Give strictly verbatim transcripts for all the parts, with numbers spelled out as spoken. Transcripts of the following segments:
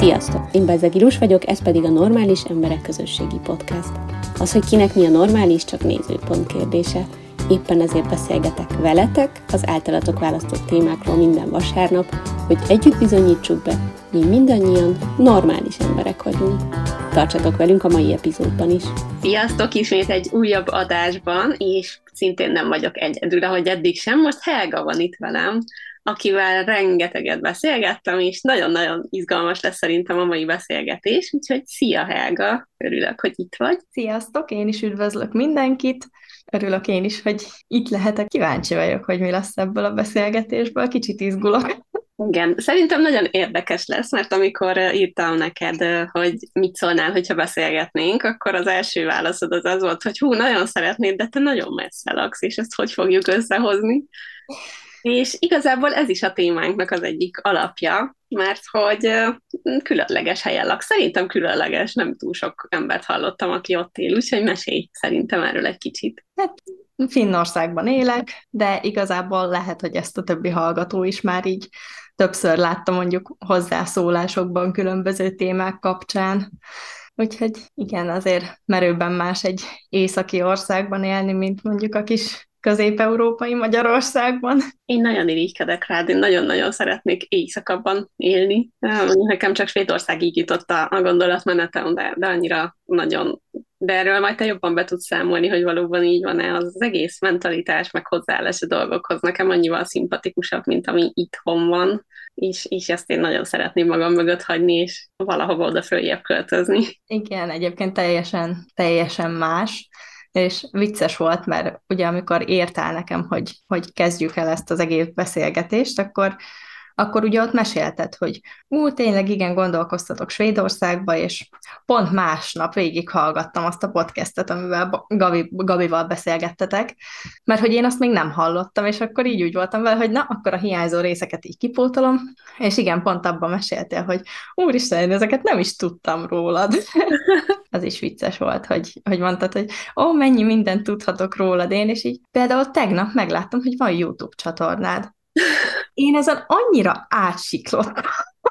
Sziasztok! Én Bezzeg Ilus vagyok, ez pedig a Normális Emberek Közösségi Podcast. Az, hogy kinek mi a normális, csak nézőpont kérdése. Éppen ezért beszélgetek veletek az általatok választott témákról minden vasárnap, hogy együtt bizonyítsuk be, mi mindannyian normális emberek vagyunk. Tartsatok velünk a mai epizódban is! Sziasztok! Ismét egy újabb adásban, és szintén nem vagyok egyedül, ahogy eddig sem. Most Helga van itt velem, akivel rengeteget beszélgettem, és nagyon-nagyon izgalmas lesz szerintem a mai beszélgetés, úgyhogy szia Helga, örülök, hogy itt vagy. Sziasztok, én is üdvözlök mindenkit, örülök én is, hogy itt lehetek, kíváncsi vagyok, hogy mi lesz ebből a beszélgetésből, kicsit izgulok. Igen, szerintem nagyon érdekes lesz, mert amikor írtam neked, hogy mit szólnál, hogyha beszélgetnénk, akkor az első válaszod az az volt, hogy hú, nagyon szeretnéd, de te nagyon messze laksz, és ezt hogy fogjuk összehozni. És igazából ez is a témánknak az egyik alapja, mert hogy különleges helyen laksz. Szerintem különleges, nem túl sok embert hallottam, aki ott él, úgyhogy mesélj szerintem erről egy kicsit. Hát Finnországban élek, de igazából lehet, hogy ezt a többi hallgató is már így többször látta mondjuk hozzászólásokban különböző témák kapcsán. Úgyhogy igen, azért merőben más egy északi országban élni, mint mondjuk a kis közép-európai Magyarországban. Én nagyon irigykedek rád, én nagyon-nagyon szeretnék éjszakabban élni. Nekem csak Svédországig jutott a, a gondolatmenetem, de, de annyira nagyon... De erről majd te jobban be tudsz számolni, hogy valóban így van-e az, az egész mentalitás, meg hozzáállás a dolgokhoz. Nekem annyival szimpatikusabb, mint ami itthon van, és, és ezt én nagyon szeretném magam mögött hagyni, és valahova oda följebb költözni. Igen, egyébként teljesen, teljesen más. És vicces volt, mert ugye amikor értál nekem, hogy, hogy kezdjük el ezt az egész beszélgetést, akkor, akkor ugye ott mesélted, hogy ú, tényleg igen, gondolkoztatok Svédországba, és pont másnap végighallgattam azt a podcastet, amivel Gabi, Gabival beszélgettetek, mert hogy én azt még nem hallottam, és akkor így úgy voltam vele, hogy na, akkor a hiányzó részeket így kipótolom, és igen, pont abban meséltél, hogy úristen, én ezeket nem is tudtam rólad. Az is vicces volt, hogy, hogy mondtad, hogy ó, mennyi mindent tudhatok rólad én, és így például tegnap megláttam, hogy van YouTube csatornád. Én ezen annyira átsiklottam,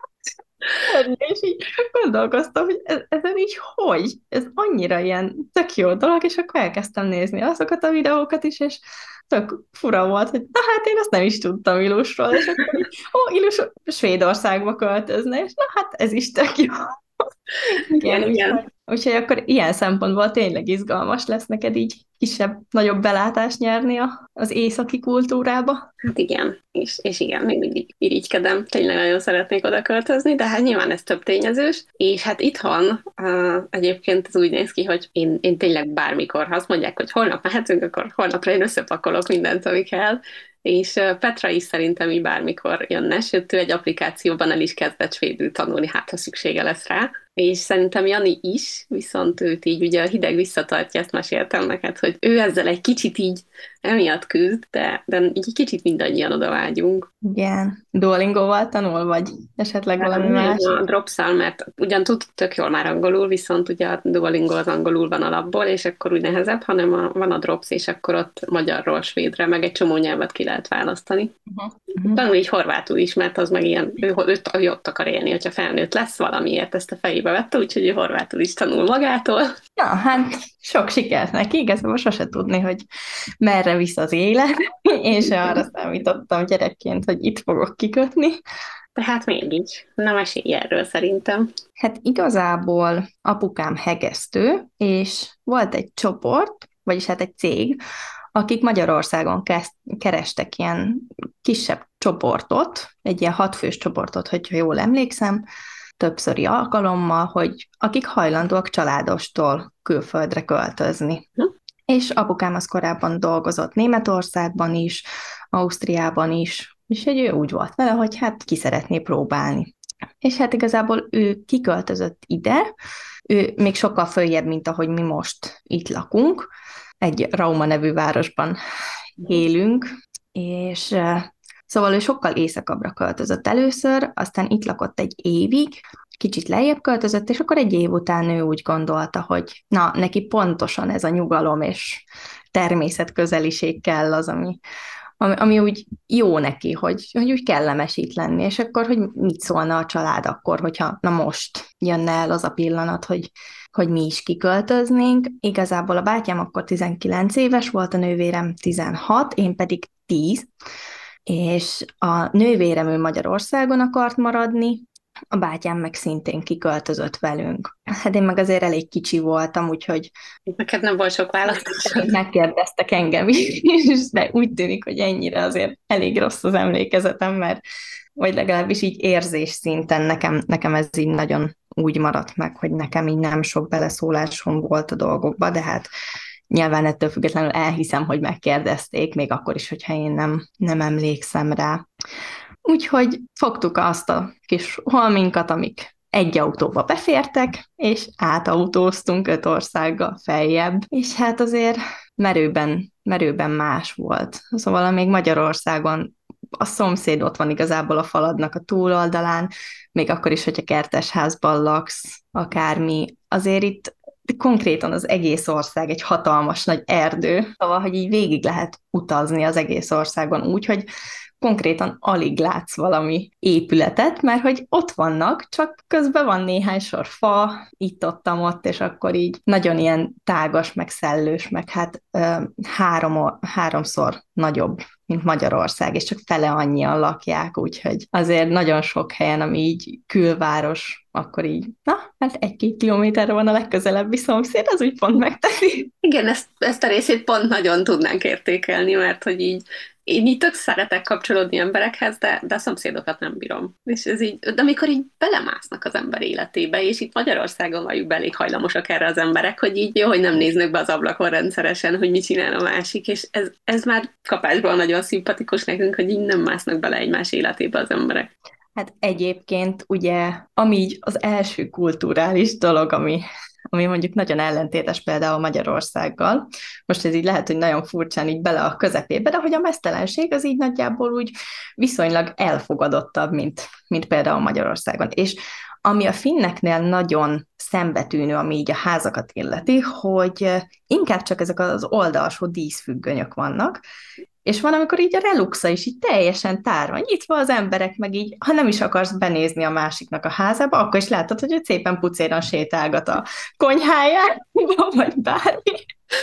és így gondolkoztam, hogy ezen így hogy? Ez annyira ilyen tök jó dolog, és akkor elkezdtem nézni azokat a videókat is, és tök fura volt, hogy na hát én azt nem is tudtam Ilusról, és akkor így, ó, Ilus Svédországba költözne, és na hát ez is tök jó. Igen, igen. Úgyhogy akkor ilyen szempontból tényleg izgalmas lesz neked így kisebb, nagyobb belátást nyerni a, az északi kultúrába. Hát igen, és, és igen, még mindig irigykedem, tényleg nagyon szeretnék oda költözni, de hát nyilván ez több tényezős, és hát itthon uh, egyébként ez úgy néz ki, hogy én, én tényleg bármikor, ha azt mondják, hogy holnap mehetünk, akkor holnapra én összepakolok mindent, ami kell, és Petra is szerintem így bármikor jönne, sőt, ő egy applikációban el is kezdett svédül tanulni, hát ha szüksége lesz rá, és szerintem Jani is, viszont őt így ugye a hideg visszatartja, ezt meséltem neked, hogy ő ezzel egy kicsit így emiatt küzd, de, de így kicsit mindannyian oda vágyunk. Igen. Duolingóval tanul, vagy esetleg hát, valami más? A Dropszal, mert ugyan tud tök jól már angolul, viszont ugye a Duolingo az angolul van alapból, és akkor úgy nehezebb, hanem a, van a Drops, és akkor ott magyarról svédre, meg egy csomó nyelvet ki lehet választani. Uh-huh. Uh-huh. Tanul így horvátul is, mert az meg ilyen, ő, ő, ő ott akar élni, hogyha felnőtt lesz valamiért, ezt a fejébe vette, úgyhogy ő horvátul is tanul magától. Ja, hát sok sikert neki, igazából sose tudni, hogy merre visz az élet, és arra számítottam gyerekként, hogy itt fogok kikötni. Tehát mégis, na mesélj erről szerintem. Hát igazából apukám hegesztő, és volt egy csoport, vagyis hát egy cég, akik Magyarországon kezd, kerestek ilyen kisebb csoportot, egy ilyen hatfős csoportot, hogyha jól emlékszem, többszöri alkalommal, hogy akik hajlandóak családostól külföldre költözni. Hm? És apukám az korábban dolgozott Németországban is, Ausztriában is, és egy ő úgy volt vele, hogy hát ki szeretné próbálni. És hát igazából ő kiköltözött ide, ő még sokkal följebb, mint ahogy mi most itt lakunk, egy Rauma nevű városban élünk, és szóval ő sokkal északabbra költözött először, aztán itt lakott egy évig, kicsit lejjebb költözött, és akkor egy év után ő úgy gondolta, hogy na, neki pontosan ez a nyugalom és természetközeliség kell az, ami, ami, ami úgy jó neki, hogy, hogy úgy kellemes itt lenni, és akkor, hogy mit szólna a család akkor, hogyha na most jönne el az a pillanat, hogy, hogy mi is kiköltöznénk. Igazából a bátyám akkor tizenkilenc éves volt, a nővérem tizenhat, én pedig tíz, és a nővérem ő Magyarországon akart maradni, a bátyám meg szintén kiköltözött velünk. Hát én meg azért elég kicsi voltam, úgyhogy neked nem volt sok választás. megkérdeztek engem is, de úgy tűnik, hogy ennyire azért elég rossz az emlékezetem, mert vagy legalábbis így érzés szinten nekem, nekem ez így nagyon úgy maradt meg, hogy nekem így nem sok beleszólásom volt a dolgokba, de hát nyilván ettől függetlenül elhiszem, hogy megkérdezték, még akkor is, hogyha én nem, nem emlékszem rá. Úgyhogy fogtuk azt a kis holminkat, amik egy autóba befértek, és átautóztunk öt országgal feljebb, és hát azért merőben, merőben más volt. Szóval még Magyarországon a szomszéd ott van igazából a faladnak a túloldalán, még akkor is, hogyha kertesházban laksz, akármi. Azért itt konkrétan az egész ország egy hatalmas nagy erdő, szóval, hogy így végig lehet utazni az egész országon úgy, hogy konkrétan alig látsz valami épületet, mert hogy ott vannak, csak közben van néhány sor fa, itt-ottam ott, és akkor így nagyon ilyen tágas, meg szellős, meg hát ö, három, háromszor nagyobb, mint Magyarország, és csak fele annyian lakják, úgyhogy azért nagyon sok helyen, ami így külváros, akkor így, na, hát egy-két kilométerre van a legközelebbi szomszéd, az úgy pont megteszi. Igen, ezt, ezt a részét pont nagyon tudnánk értékelni, mert hogy így én így tök szeretek kapcsolódni emberekhez, de, de a szomszédokat nem bírom. És ez így, de amikor így belemásznak az ember életébe, és itt Magyarországon vagyunk elég hajlamosak erre az emberek, hogy így jó, hogy nem néznek be az ablakon rendszeresen, hogy mit csinál a másik, és ez, ez már kapásból nagyon szimpatikus nekünk, hogy így nem másznak bele egymás életébe az emberek. Hát egyébként ugye, ami így az első kulturális dolog, ami ami mondjuk nagyon ellentétes például Magyarországgal. Most ez így lehet, hogy nagyon furcsán így bele a közepébe, de hogy a meztelenség az így nagyjából úgy viszonylag elfogadottabb, mint, mint például Magyarországon. És ami a finneknél nagyon szembetűnő, ami így a házakat illeti, hogy inkább csak ezek az oldalsó díszfüggönyök vannak, és van, amikor így a reluxa is így teljesen tárva, nyitva az emberek, meg így, ha nem is akarsz benézni a másiknak a házába, akkor is látod, hogy ő szépen pucéran sétálgat a konyhájába, vagy bármi.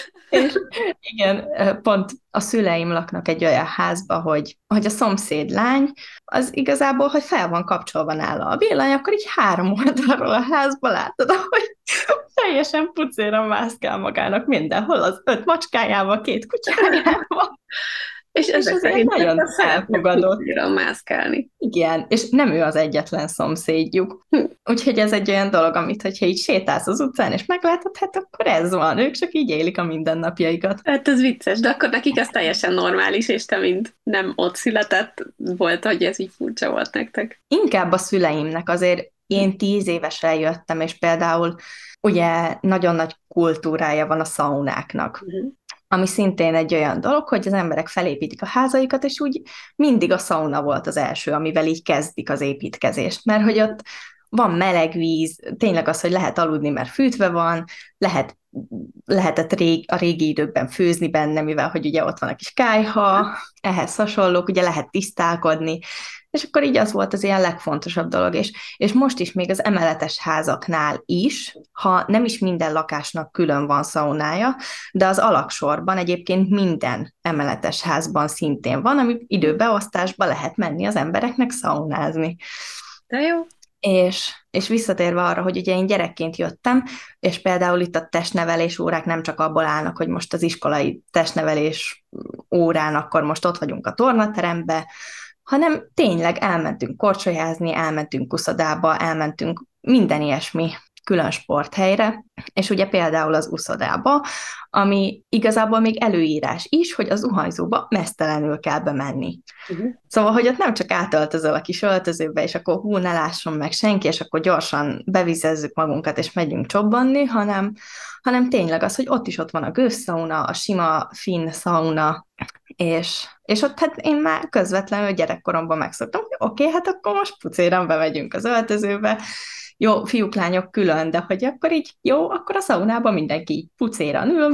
És igen, pont a szüleim laknak egy olyan házba, hogy, hogy a szomszéd lány, az igazából, hogy fel van kapcsolva nála a villany, akkor így három oldalról a házba látod, hogy teljesen pucéran mászkál magának mindenhol, az öt macskájával, két kutyájával. És, és ezek szerint nagyon elfogadott. mászkálni. Igen, és nem ő az egyetlen szomszédjuk. Hm. Úgyhogy ez egy olyan dolog, amit, hogyha így sétálsz az utcán, és meglátod, hát akkor ez van. Ők csak így élik a mindennapjaikat. Hát ez vicces, de akkor nekik ez teljesen normális, és te mind nem ott született volt, hogy ez így furcsa volt nektek. Inkább a szüleimnek azért én tíz évesen jöttem, és például ugye nagyon nagy kultúrája van a szaunáknak. Uh-huh. Ami szintén egy olyan dolog, hogy az emberek felépítik a házaikat, és úgy mindig a szauna volt az első, amivel így kezdik az építkezést, mert hogy ott van meleg víz, tényleg az, hogy lehet aludni, mert fűtve van, lehet, lehetett rég, a régi időkben főzni benne, mivel hogy ugye ott van a kis kályha, ehhez hasonlók, ugye lehet tisztálkodni, és akkor így az volt az ilyen legfontosabb dolog, és, és most is még az emeletes házaknál is, ha nem is minden lakásnak külön van szaunája, de az alaksorban egyébként minden emeletes házban szintén van, ami időbeosztásba lehet menni az embereknek szaunázni. De jó. És, és visszatérve arra, hogy ugye én gyerekként jöttem, és például itt a testnevelés órák nem csak abból állnak, hogy most az iskolai testnevelés órán, akkor most ott vagyunk a tornaterembe, hanem tényleg elmentünk korcsolyázni, elmentünk uszodába, elmentünk minden ilyesmi külön sporthelyre, és ugye például az uszodába, ami igazából még előírás is, hogy az zuhanyzóba meztelenül kell bemenni. Uh-huh. Szóval, hogy ott nem csak átöltözöl a kis öltözőbe, és akkor hú, ne lásson meg senki, és akkor gyorsan bevizezzük magunkat, és megyünk csobbanni, hanem, hanem tényleg az, hogy ott is ott van a gőzszauna, a sima finn szauna, és, és ott hát én már közvetlenül gyerekkoromban megszoktam, hogy oké, okay, hát akkor most pucéran bemegyünk az öltözőbe, jó, fiúk, lányok külön, de hogy akkor így jó, akkor a szaunában mindenki így pucéran ül,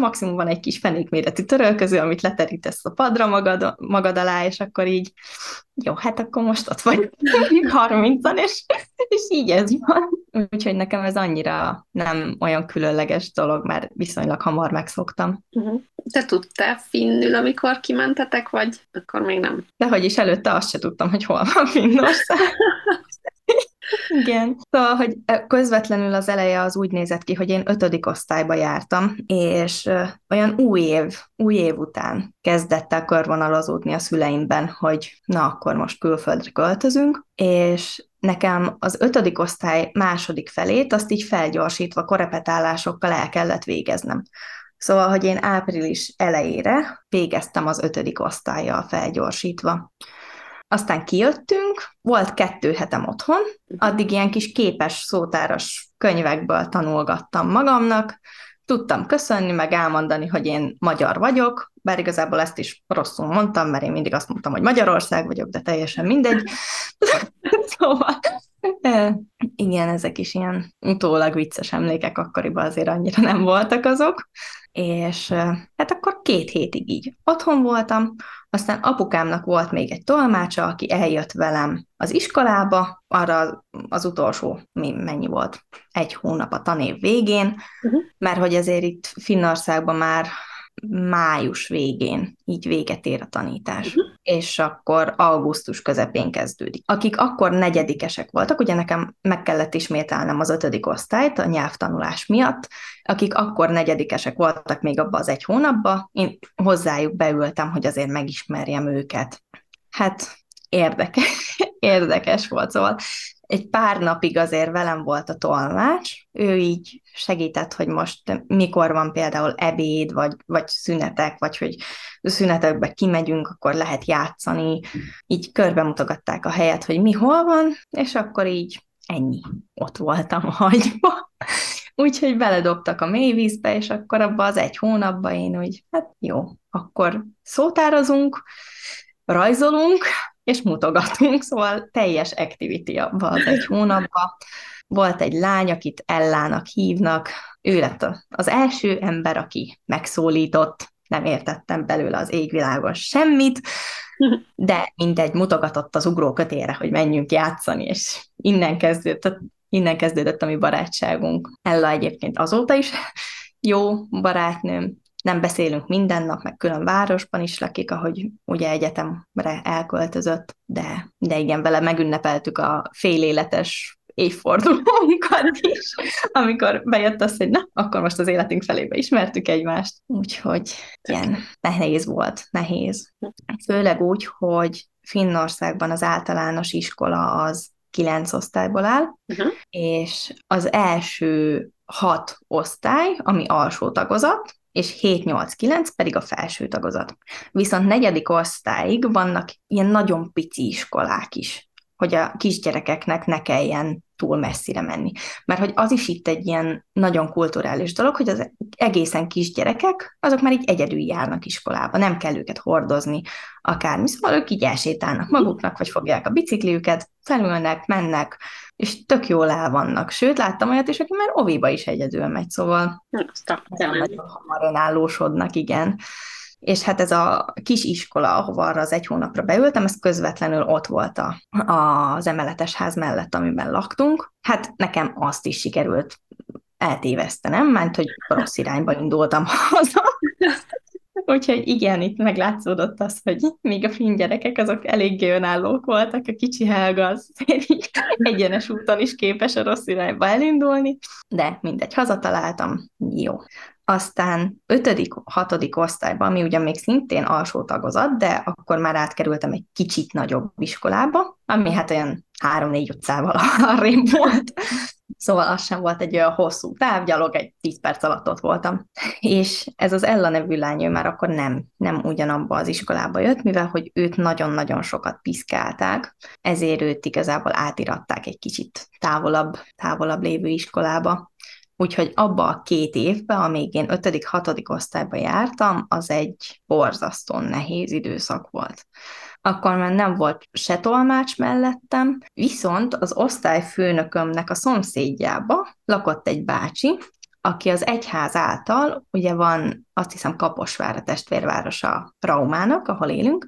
maximum van egy kis fenékméretű törölköző, amit leterítesz a padra magad, magad alá, és akkor így, jó, hát akkor most ott vagy harmincan, és, és így ez van. Úgyhogy nekem ez annyira nem olyan különleges dolog, mert viszonylag hamar megszoktam. Uh-huh. Te tudtál finnül, amikor kimentetek, vagy akkor még nem? Dehogy is előtte azt se tudtam, hogy hol van Finnország. Igen. Szóval, hogy közvetlenül az eleje az úgy nézett ki, hogy én ötödik osztályba jártam, és olyan új év, új év után kezdett el körvonalazódni a szüleimben, hogy na, akkor most külföldre költözünk, és nekem az ötödik osztály második felét azt így felgyorsítva korepetálásokkal el kellett végeznem. Szóval, hogy én április elejére végeztem az ötödik osztállyal felgyorsítva. Aztán kijöttünk, volt kettő hetem otthon, addig ilyen kis képes szótáras könyvekből tanulgattam magamnak, tudtam köszönni, meg elmondani, hogy én magyar vagyok, bár igazából ezt is rosszul mondtam, mert én mindig azt mondtam, hogy Magyarország vagyok, de teljesen mindegy. Szóval igen, ezek is ilyen utólag vicces emlékek, akkoriban azért annyira nem voltak azok. És hát akkor két hétig így otthon voltam, aztán apukámnak volt még egy tolmácsa, aki eljött velem az iskolába, arra az utolsó, mi, mennyi volt, egy hónap a tanév végén, uh-huh. mert hogy azért itt Finnországban már május végén így véget ér a tanítás, uh-huh. és akkor augusztus közepén kezdődik. Akik akkor negyedikesek voltak, ugye nekem meg kellett ismételnem az ötödik osztályt a nyelvtanulás miatt, akik akkor negyedikesek voltak még abban az egy hónapban, én hozzájuk beültem, hogy azért megismerjem őket. Hát érdekes, érdekes volt, szóval egy pár napig azért velem volt a tolmács, ő így segített, hogy most mikor van például ebéd, vagy, vagy szünetek, vagy hogy szünetekbe kimegyünk, akkor lehet játszani, így körbemutogatták a helyet, hogy mi hol van, és akkor így ennyi, ott voltam hagyva. Úgyhogy beledobtak a mélyvízbe, és akkor abban az egy hónapban én úgy, hát jó, akkor szótározunk, rajzolunk, és mutogatunk, szóval teljes activity abban az egy hónapban. Volt egy lány, akit Ellának hívnak, ő lett az első ember, aki megszólított, nem értettem belőle az égvilágon semmit, de mindegy, mutogatott az ugrókötélre, hogy menjünk játszani, és innen kezdődött, innen kezdődött a mi barátságunk. Ella egyébként azóta is jó barátnőm, nem beszélünk minden nap, meg külön városban is lakik, ahogy ugye egyetemre elköltözött, de, de igen, vele megünnepeltük a féléletes évfordulónkat is, amikor bejött az, hogy na, akkor most az életünk felébe ismertük egymást. Úgyhogy ilyen nehéz volt, nehéz. Főleg úgy, hogy Finnországban az általános iskola az kilenc osztályból áll, uh-huh. és az első hat osztály, ami alsó tagozat, és hét nyolc kilenc pedig a felső tagozat. Viszont negyedik osztályig vannak ilyen nagyon pici iskolák is, hogy a kisgyerekeknek ne kelljen túl messzire menni. Mert hogy az is itt egy ilyen nagyon kulturális dolog, hogy az egészen kisgyerekek, azok már így egyedül járnak iskolába, nem kell őket hordozni akármi, szóval ők így elsétálnak maguknak, vagy fogják a bicikliüket, felülnek, mennek, és tök jól el vannak. Sőt, láttam olyat is, aki már oviba is egyedül megy, szóval nagyon hamar önállósodnak, igen. És hát ez a kis iskola, ahova arra az egy hónapra beültem, ez közvetlenül ott volt a, az emeletes ház mellett, amiben laktunk. Hát nekem azt is sikerült eltévesztenem, mert hogy rossz irányba indultam haza. Úgyhogy igen, itt meglátszódott az, hogy még a finn gyerekek azok eléggé önállók voltak, a kicsi Helga az így egyenes úton is képes a rossz irányba elindulni, de mindegy, hazataláltam, jó. Aztán ötödik, hatodik osztályban, ami ugyan még szintén alsó tagozat, de akkor már átkerültem egy kicsit nagyobb iskolába, ami hát olyan három-négy utcával arrébb volt. Szóval az sem volt egy olyan hosszú távgyalog, egy tíz perc alatt ott voltam. És ez az Ella nevű lány, ő már akkor nem, nem ugyanabba az iskolába jött, mivel hogy őt nagyon-nagyon sokat piszkálták, ezért őt igazából átiratták egy kicsit távolabb, távolabb lévő iskolába. Úgyhogy abba a két évben, amíg én ötödik, hatodik osztályba jártam, az egy borzasztó nehéz időszak volt. Akkor már nem volt se tolmács mellettem, viszont az osztályfőnökömnek a szomszédjába lakott egy bácsi, aki az egyház által, ugye van, azt hiszem, Kaposvár, a testvérvárosa Raumának, ahol élünk,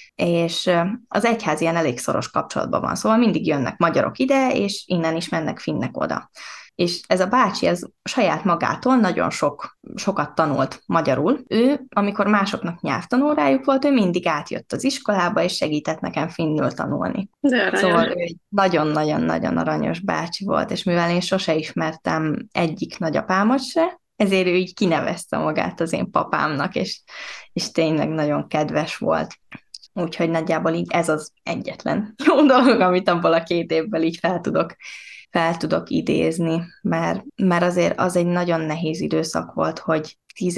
és az egyház ilyen elég szoros kapcsolatban van, szóval mindig jönnek magyarok ide, és innen is mennek finnek oda. És ez a bácsi, ez saját magától nagyon sok, sokat tanult magyarul. Ő, amikor másoknak nyelvtanórájuk volt, ő mindig átjött az iskolába, és segített nekem finnül tanulni. Szóval ő egy nagyon-nagyon-nagyon aranyos bácsi volt, és mivel én sose ismertem egyik nagyapámat se, ezért ő így kinevezte magát az én papámnak, és, és tényleg nagyon kedves volt. Úgyhogy nagyjából így ez az egyetlen jó dolog, amit abból a két évből így fel tudok fel tudok idézni, mert, mert azért az egy nagyon nehéz időszak volt, hogy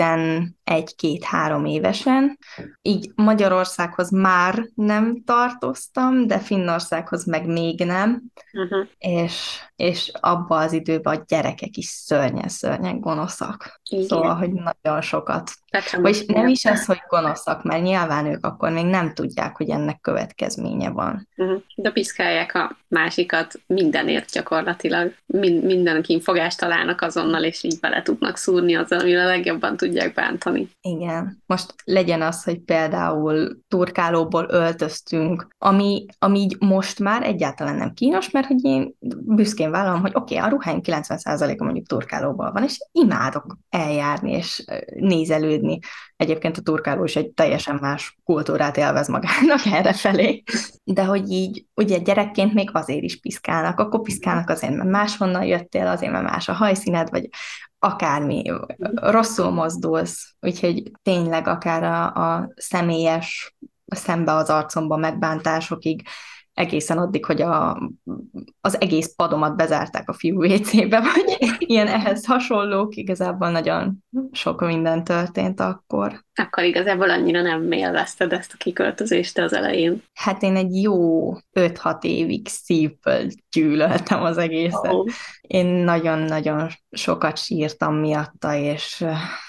tizenegy-két-három évesen, így Magyarországhoz már nem tartoztam, de Finnországhoz meg még nem, uh-huh. és, és abba az időben a gyerekek is szörnyen-szörnyen gonoszak. Igen. Szóval, hogy nagyon sokat. Vagyis nem is az, hogy gonoszak, mert nyilván ők akkor még nem tudják, hogy ennek következménye van. Uh-huh. De piszkálják a másikat mindenért gyakorlatilag. Mind, mindenkin fogást találnak azonnal, és így bele tudnak szúrni azzal, amivel a legjobban tudják bántani. Igen. Most legyen az, hogy például turkálóból öltöztünk, ami, ami így most már egyáltalán nem kínos, mert hogy én büszkén vállalom, hogy oké, okay, a ruháim kilencven százaléka mondjuk turkálóból van, és imádok eljárni és nézelődni. Egyébként a turkáló is egy teljesen más kultúrát élvez magának errefelé. De hogy így, ugye gyerekként még azért is piszkálnak, akkor piszkálnak azért, mert máshonnan jöttél, azért, mert más a hajszíned, vagy akármi, rosszul mozdulsz, úgyhogy tényleg akár a, a személyes, szembe az arcomba megbántásokig, egészen addig, hogy a, az egész padomat bezárták a fiú vécébe, vagy ilyen ehhez hasonlók, igazából nagyon sok minden történt akkor. Akkor igazából annyira nem élvezted ezt a kiköltözést az elején. Hát én egy jó öt-hat évig szívből gyűlöltem az egészet. Oh. Én nagyon-nagyon sokat sírtam miatta, és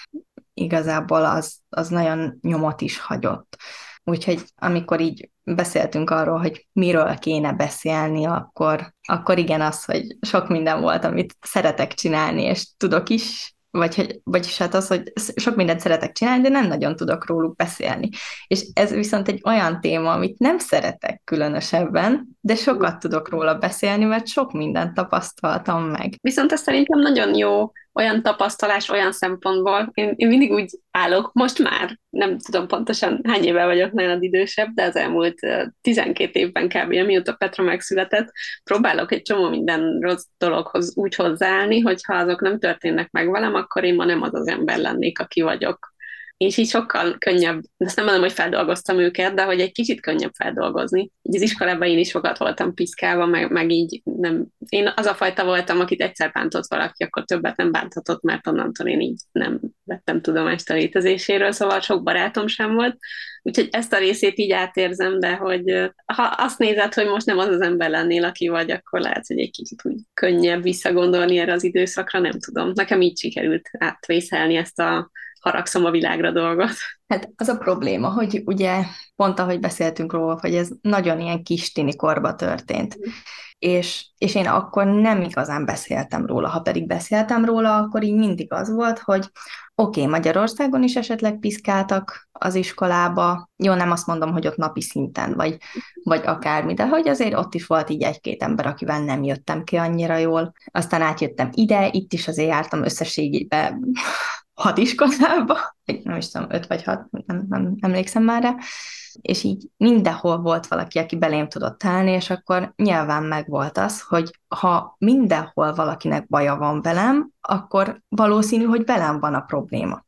igazából az, az nagyon nyomot is hagyott. Úgyhogy amikor így beszéltünk arról, hogy miről kéne beszélni, akkor, akkor igen az, hogy sok minden volt, amit szeretek csinálni, és tudok is, vagy hogy, vagyis hát az, hogy sok mindent szeretek csinálni, de nem nagyon tudok róluk beszélni. És ez viszont egy olyan téma, amit nem szeretek különösebben, de sokat tudok róla beszélni, mert sok mindent tapasztaltam meg. Viszont ez szerintem nagyon jó olyan tapasztalás, olyan szempontból. Én, én mindig úgy állok, most már, nem tudom pontosan hány éve vagyok nálad idősebb, de az elmúlt tizenkét évben kb. Mióta Petra megszületett, próbálok egy csomó minden rossz dologhoz úgy hozzáállni, hogy ha azok nem történnek meg velem, akkor én ma nem az az ember lennék, aki vagyok. És így sokkal könnyebb, ezt nem mondom, hogy feldolgoztam őket, de hogy egy kicsit könnyebb feldolgozni. Így az iskolában én is sokat voltam piszkálva, meg, meg így nem... Én az a fajta voltam, akit egyszer bántott valaki, akkor többet nem bántatott, mert onnantól én így nem vettem tudomást a létezéséről, szóval sok barátom sem volt. Úgyhogy ezt a részét így átérzem, de hogy ha azt nézed, hogy most nem az az ember lennél, aki vagy, akkor lehet, hogy egy kicsit úgy könnyebb visszagondolni erre az időszakra, nem tudom. Nekem így sikerült átvészelni ezt a haragszom a világra dolgot. Hát az a probléma, hogy ugye pont ahogy beszéltünk róla, hogy ez nagyon ilyen kis tini korba történt. Mm. És, és én akkor nem igazán beszéltem róla. Ha pedig beszéltem róla, akkor így mindig az volt, hogy oké, okay, Magyarországon is esetleg piszkáltak az iskolába, jó, nem azt mondom, hogy ott napi szinten, vagy, vagy akármi, de hogy azért ott is volt így egy-két ember, akivel nem jöttem ki annyira jól. Aztán átjöttem ide, itt is azért jártam összességében hat iskolába, nem is tudom, öt vagy hat, nem, nem emlékszem már rá, és így mindenhol volt valaki, aki belém tudott állni, és akkor nyilván megvolt az, hogy ha mindenhol valakinek baja van velem, akkor valószínű, hogy velem van a probléma.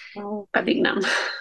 Pedig nem.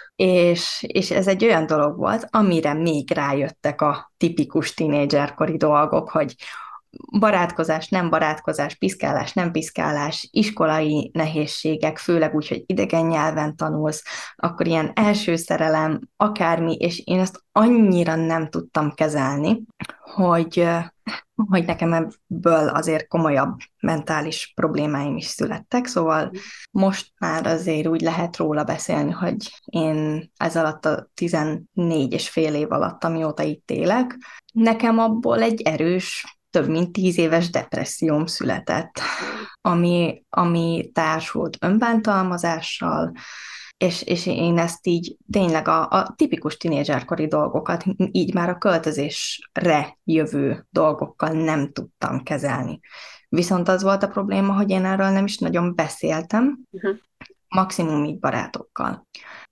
És, és ez egy olyan dolog volt, amire még rájöttek a tipikus tínédzserkori dolgok, hogy barátkozás, nem barátkozás, piszkálás, nem piszkálás, iskolai nehézségek, főleg úgy, hogy idegen nyelven tanulsz, akkor ilyen első szerelem, akármi, és én ezt annyira nem tudtam kezelni, hogy, hogy nekem ebből azért komolyabb mentális problémáim is születtek, szóval most már azért úgy lehet róla beszélni, hogy én ez alatt a tizennégy és fél év alatt, amióta itt élek, nekem abból egy erős több mint tíz éves depresszióm született. ami, ami társult önbántalmazással, és, és én ezt így tényleg a, a tipikus tinédzserkori dolgokat, így már a költözésre jövő dolgokkal nem tudtam kezelni. Viszont az volt a probléma, hogy én erről nem is nagyon beszéltem, uh-huh. maximum így barátokkal.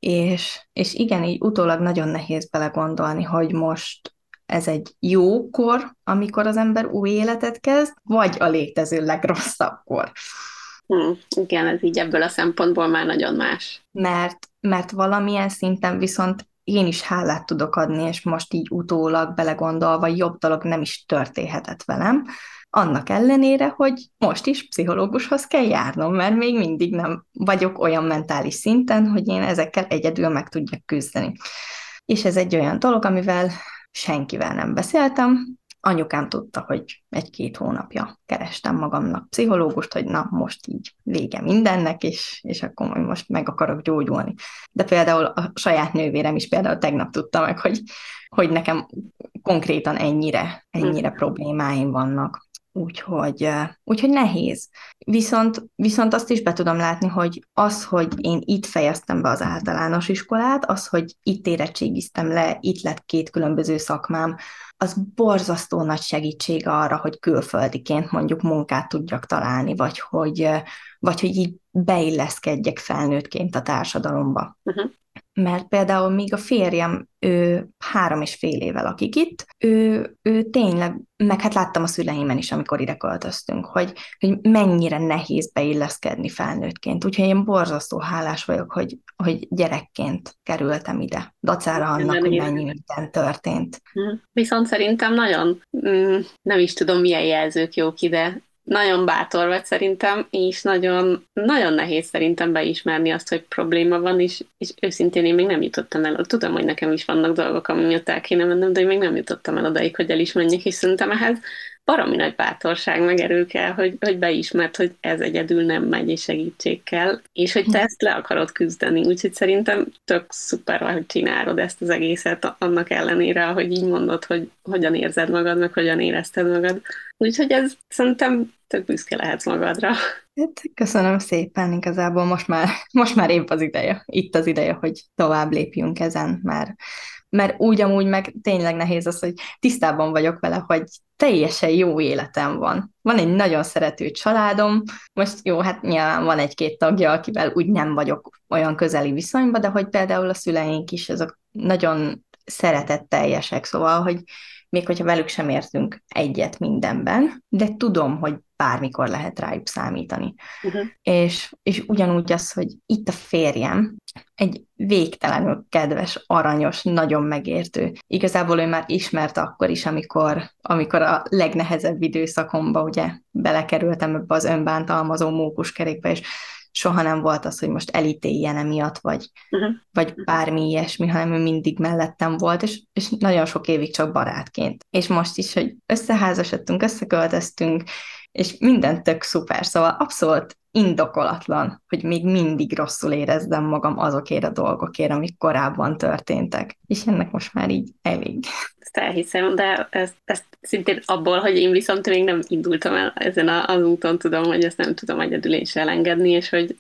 És, és igen, így utólag nagyon nehéz belegondolni, hogy most ez egy jó kor, amikor az ember új életet kezd, vagy a létező legrosszabb kor. Hmm, igen, ez így ebből a szempontból már nagyon más. Mert, mert valamilyen szinten viszont én is hálát tudok adni, és most így utólag belegondolva jobb dolog nem is történhetett velem, annak ellenére, hogy most is pszichológushoz kell járnom, mert még mindig nem vagyok olyan mentális szinten, hogy én ezekkel egyedül meg tudjak küzdeni. És ez egy olyan dolog, amivel senkivel nem beszéltem. Anyukám tudta, hogy egy-két hónapja kerestem magamnak pszichológust, hogy na, most így vége mindennek, és, és akkor most meg akarok gyógyulni. De például a saját nővérem is például tegnap tudta meg, hogy, hogy nekem konkrétan ennyire, ennyire problémáim vannak. Úgyhogy, úgyhogy nehéz. Viszont, viszont azt is be tudom látni, hogy az, hogy én itt fejeztem be az általános iskolát, az, hogy itt érettségiztem le, itt lett két különböző szakmám, az borzasztó nagy segítség arra, hogy külföldiként mondjuk munkát tudjak találni, vagy hogy, vagy hogy így beilleszkedjek felnőttként a társadalomba. Uh-huh. Mert például még a férjem, ő három és fél éve lakik itt, ő, ő tényleg, meg hát láttam a szüleimen is, amikor ide költöztünk, hogy, hogy mennyire nehéz beilleszkedni felnőttként. Úgyhogy én borzasztó hálás vagyok, hogy, hogy gyerekként kerültem ide. Dacára annak, hogy mennyi minden történt. Viszont szerintem nagyon, mm, nem is tudom, milyen jelzők jók ide. Nagyon bátor vagy szerintem, és nagyon, nagyon nehéz szerintem beismerni azt, hogy probléma van, és, és őszintén én még nem jutottam el. Tudom, hogy nekem is vannak dolgok, ami miatt el kéne mennem, de én még nem jutottam el odaig, hogy el is menjek, és szerintem ehhez baromi nagy bátorság, meg erő kell, hogy, hogy beismert, hogy ez egyedül nem megy, és segítség kell, és hogy te ezt le akarod küzdeni. Úgyhogy szerintem tök szuper, hogy csinálod ezt az egészet, annak ellenére, hogy így mondod, hogy hogyan érzed magad, meg hogyan érezted magad. Úgyhogy ez szerintem tök büszke lehetsz magadra. Hát, köszönöm szépen, igazából most már, most már épp az ideje, itt az ideje, hogy tovább lépjünk ezen, már mert úgy amúgy meg tényleg nehéz az, hogy tisztában vagyok vele, hogy teljesen jó életem van. Van egy nagyon szerető családom, most jó, hát nyilván van egy-két tagja, akivel úgy nem vagyok olyan közeli viszonyban, de hogy például a szüleink is, azok nagyon szeretetteljesek, szóval, hogy még hogyha velük sem értünk egyet mindenben, de tudom, hogy bármikor lehet rájuk számítani. Uh-huh. És, és ugyanúgy az, hogy itt a férjem egy végtelenül kedves, aranyos, nagyon megértő. Igazából ő már ismert akkor is, amikor, amikor a legnehezebb időszakomba ugye belekerültem ebbe az önbántalmazó mókuskerékbe, és soha nem volt az, hogy most elítéljen emiatt, vagy, uh-huh. vagy bármi ilyesmi, hanem ő mindig mellettem volt, és, és nagyon sok évig csak barátként. És most is, hogy összeházasodtunk, összeköltöztünk, és minden tök szuper, szóval abszolút indokolatlan, hogy még mindig rosszul érezzem magam azokért a dolgokért, amik korábban történtek. És ennek most már így elég. Ezt elhiszem, de ezt, ezt szintén abból, hogy én viszont még nem indultam el ezen az úton, tudom, hogy ezt nem tudom egyedül én se elengedni, és hogy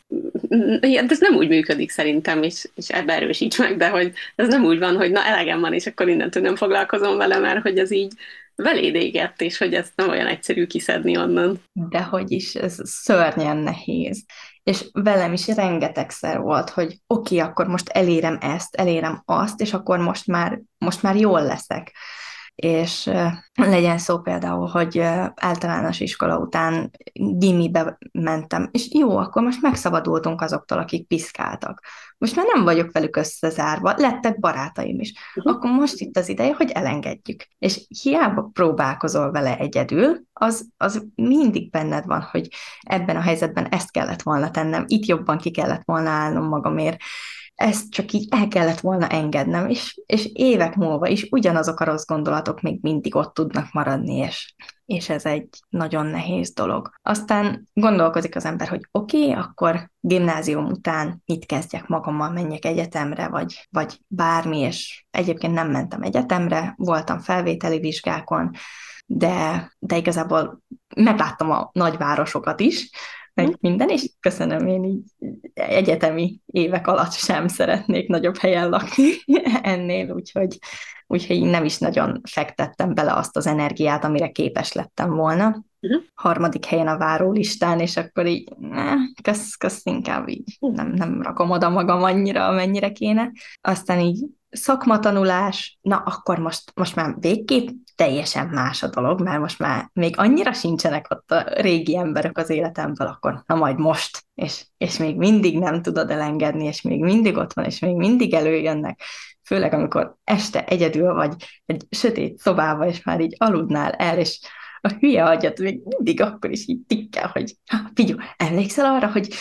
ez nem úgy működik szerintem, és, és ebbe erősíts meg, de hogy ez nem úgy van, hogy na elegem van, és akkor innentől nem foglalkozom vele, mert hogy ez így beléd égett, és hogy ezt nem olyan egyszerű kiszedni onnan. Dehogy is, ez szörnyen nehéz. És velem is rengetegszer volt, hogy oké, okay, akkor most elérem ezt, elérem azt, és akkor most már, most már jól leszek. És uh, legyen szó például, hogy uh, általános iskola után gimibe mentem, és jó, akkor most megszabadultunk azoktól, akik piszkáltak. Most már nem vagyok velük összezárva, lettek barátaim is. Uh-huh. Akkor most itt az ideje, hogy elengedjük. És hiába próbálkozol vele egyedül, az, az mindig benned van, hogy ebben a helyzetben ezt kellett volna tennem, itt jobban ki kellett volna állnom magamért, ezt csak így el kellett volna engednem, és, és évek múlva is ugyanazok a rossz gondolatok még mindig ott tudnak maradni, és, és ez egy nagyon nehéz dolog. Aztán gondolkozik az ember, hogy oké, okay, akkor gimnázium után mit kezdjek magammal, menjek egyetemre, vagy, vagy bármi, és egyébként nem mentem egyetemre, voltam felvételi vizsgákon, de, de igazából megláttam a nagyvárosokat is, meg minden, és köszönöm, én így egyetemi évek alatt sem szeretnék nagyobb helyen lakni ennél, úgyhogy, úgyhogy én nem is nagyon fektettem bele azt az energiát, amire képes lettem volna. Uh-huh. Harmadik helyen a várólistán, és akkor így, ne, kösz, kösz, inkább így nem, nem rakom oda magam annyira, amennyire kéne. Aztán így szakmatanulás, na akkor most, most már végképp teljesen más a dolog, mert most már még annyira sincsenek ott a régi emberek az életemből, akkor na majd most, és, és még mindig nem tudod elengedni, és még mindig ott van, és még mindig előjönnek, főleg amikor este egyedül vagy egy sötét szobában, és már így aludnál el, és a hülye agyat még mindig akkor is így tikkel, hogy figyelj, emlékszel arra, hogy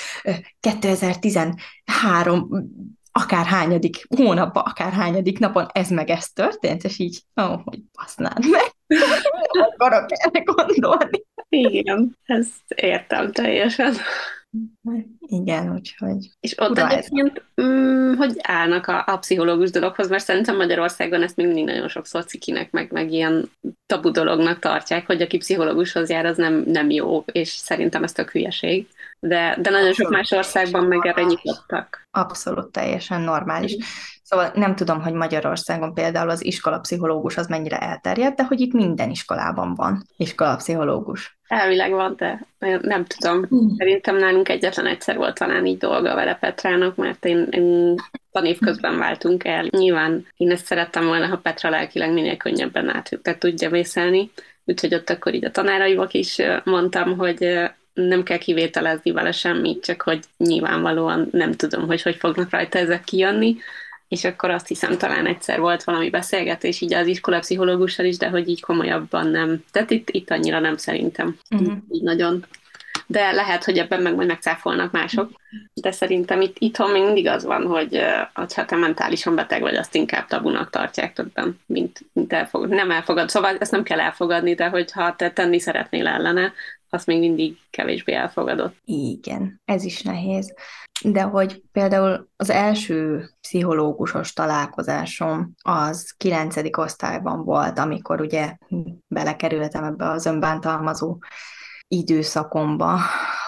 kétezer-tizenhárom akárhányadik hónapban, akárhányadik napon ez meg ez történt, és így, ó, oh, hogy basznád meg, akarok erre gondolni. Igen, ezt értem teljesen. Igen, úgyhogy... És ott egyébként, mm, hogy állnak a, a pszichológus dologhoz, mert szerintem Magyarországon ezt még mindig nagyon sokszor cikinek, meg, meg ilyen tabu dolognak tartják, hogy aki pszichológushoz jár, az nem, nem jó, és szerintem ez tök hülyeség. De, de nagyon sok más országban meg erre nyitottak. Abszolút teljesen normális. Szóval nem tudom, hogy Magyarországon például az iskolapszichológus az mennyire elterjedt, de hogy itt minden iskolában van iskolapszichológus. Elvileg van, de nem tudom. Szerintem nálunk egyetlen egyszer volt talán így dolga vele Petrának, mert én, én tanév közben váltunk el. Nyilván én ezt szerettem volna, ha Petra lelkileg minél könnyebben át tudja vészelni. Úgyhogy ott akkor így a tanáraival is mondtam, hogy nem kell kivételezni vele semmit, csak hogy nyilvánvalóan nem tudom, hogy hogy fognak rajta ezek kijönni. És akkor azt hiszem, talán egyszer volt valami beszélgetés így az iskolapszichológussal is, de hogy így komolyabban nem. Tehát itt, itt annyira nem szerintem. Uh-huh. Így nagyon. De lehet, hogy ebben meg majd megcáfolnak mások. De szerintem itt, itthon még mindig az van, hogy ha te mentálisan beteg vagy, azt inkább tabunak tartják többen, mint, mint elfogad. Nem elfogad. Szóval ezt nem kell elfogadni, de hogyha te tenni szeretnél ellene, azt még mindig kevésbé elfogadott. Igen, ez is nehéz. De hogy például az első pszichológusos találkozásom az kilencedik osztályban volt, amikor ugye belekerültem ebbe az önbántalmazó időszakomba,